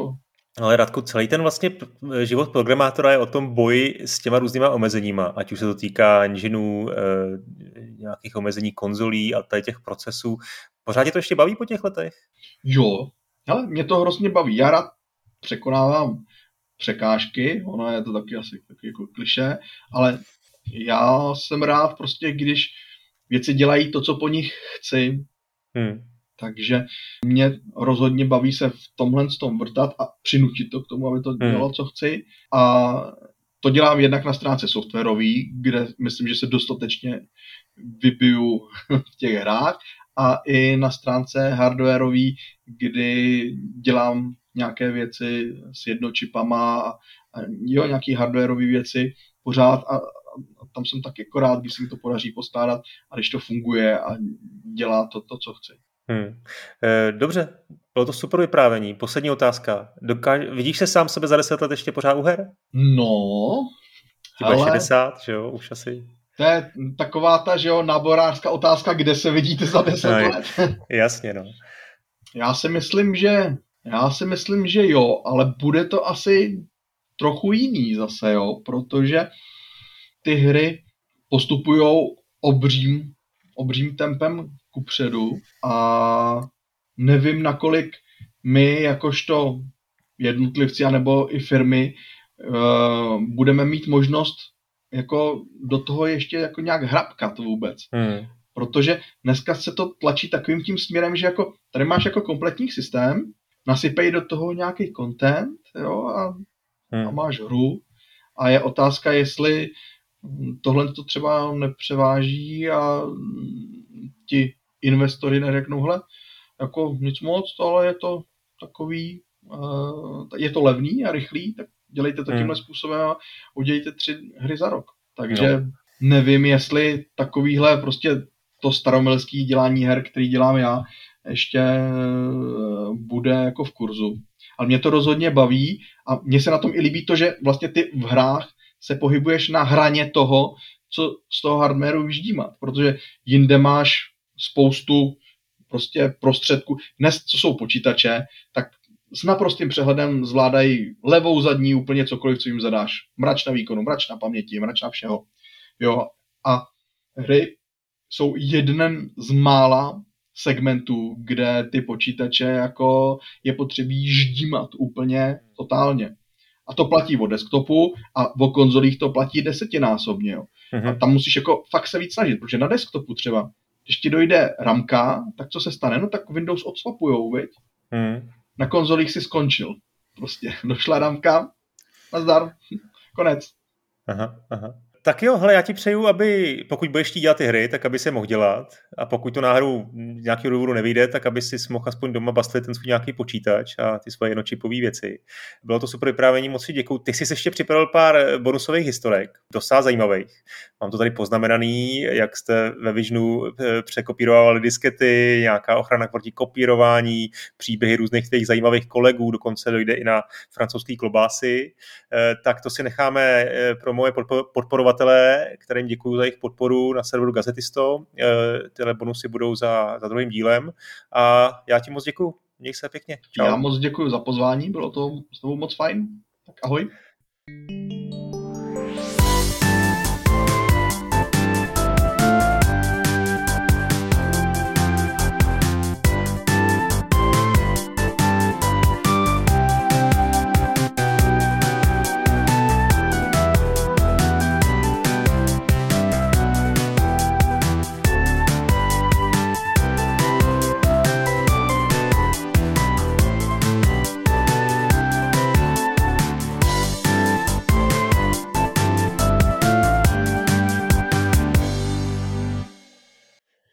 Ale Radku, celý ten vlastně život programátora je o tom boji s těma různýma omezeníma, ať už se to týká engineů, nějakých omezení konzolí a tady těch procesů. Pořád tě to ještě baví po těch letech? Jo, ale mě to hrozně baví. Já rád překonávám překážky, ono je to taky asi taky jako klišé, ale já jsem rád prostě, když věci dělají to, co po nich chci. Hmm. Takže mě rozhodně baví se v tomhle tom vrtat a přinutit to k tomu, aby to dělalo, hmm. co chci. A to dělám jednak na stránce softwarový, kde myslím, že se dostatečně vybiju v těch hrách, a i na stránce hardwarový, kdy dělám nějaké věci s jednočipama a, a jo, nějaký hardwarový věci pořád a, a tam jsem tak jako rád, když se mi to podaří poskládat a když to funguje a dělá to, to co chci. Hmm. E, dobře, bylo to super vyprávění. Poslední otázka. Dokáž, vidíš se sám sebe za deset let ještě pořád u her? No, ty ale... šedesát, že jo, už asi. To je taková ta, že jo, náborářská otázka, kde se vidíte za deset no, let. Jasně, no. Já si myslím, že já si myslím, že jo, ale bude to asi trochu jiný zase, jo, protože ty hry postupujou obřím, obřím tempem kupředu a nevím, nakolik my jakožto jednotlivci anebo i firmy uh, budeme mít možnost jako do toho ještě jako nějak hrabkat vůbec. Hmm. Protože dneska se to tlačí takovým tím směrem, že jako tady máš jako kompletní systém, nasypej do toho nějaký content, jo, a, hmm. a máš hru a je otázka, jestli tohle to třeba nepřeváží a ti investory neřeknou, hele, jako nic moc, ale je to takový, uh, je to levný a rychlý, tak dělejte to tímhle hmm. způsobem a udělejte tři hry za rok. Takže jo. Nevím, jestli takovýhle prostě to staromilský dělání her, který dělám já, ještě bude jako v kurzu. Ale mě to rozhodně baví a mně se na tom i líbí to, že vlastně ty v hrách se pohybuješ na hraně toho, co z toho hardwareu vyždímat, protože jinde máš spoustu prostě prostředků. Dnes, co jsou počítače, tak s naprostým přehledem zvládají levou, zadní, úplně cokoliv, co jim zadáš. Mrač na výkonu, mrač na paměti, mrač na všeho. Jo. A hry jsou jeden z mála segmentů, kde ty počítače jako je potřebí ždímat úplně totálně. A to platí o desktopu a o konzolích to platí desetinásobně. Jo. Mm-hmm. A tam musíš jako fakt se víc snažit, protože na desktopu třeba, když ti dojde ramka, tak co se stane? No tak Windows odswapujou, viď? Mm. Na konzolích si skončil. Prostě došla ramka, nazdar, konec. Aha, aha. Tak jo, hele, já ti přeju, aby pokud budeš chtít dělat ty hry, tak aby se mohl dělat a pokud to náhodou nějakého důvodu nevyjde, tak aby si mohl aspoň doma bastlit ten svůj nějaký počítač a ty svoje jednočipové věci. Bylo to super vyprávění, moc si děkuju. Ty jsi ještě připravil pár bonusových historek, docela zajímavých. Mám to tady poznamenaný, jak jste ve Visionu překopírovali diskety, nějaká ochrana proti kopírování, příběhy různých těch zajímavých kolegů, dokonce dojde i na francouzský klobásy. Tak to si necháme pro moje podporovat, kterým děkuju za jejich podporu na serveru Gazetisto. Tyhle bonusy budou za, za druhým dílem. A já ti moc děkuju. Měj se pěkně. Čau. Já moc děkuju za pozvání, bylo to s tebou moc fajn. Tak ahoj.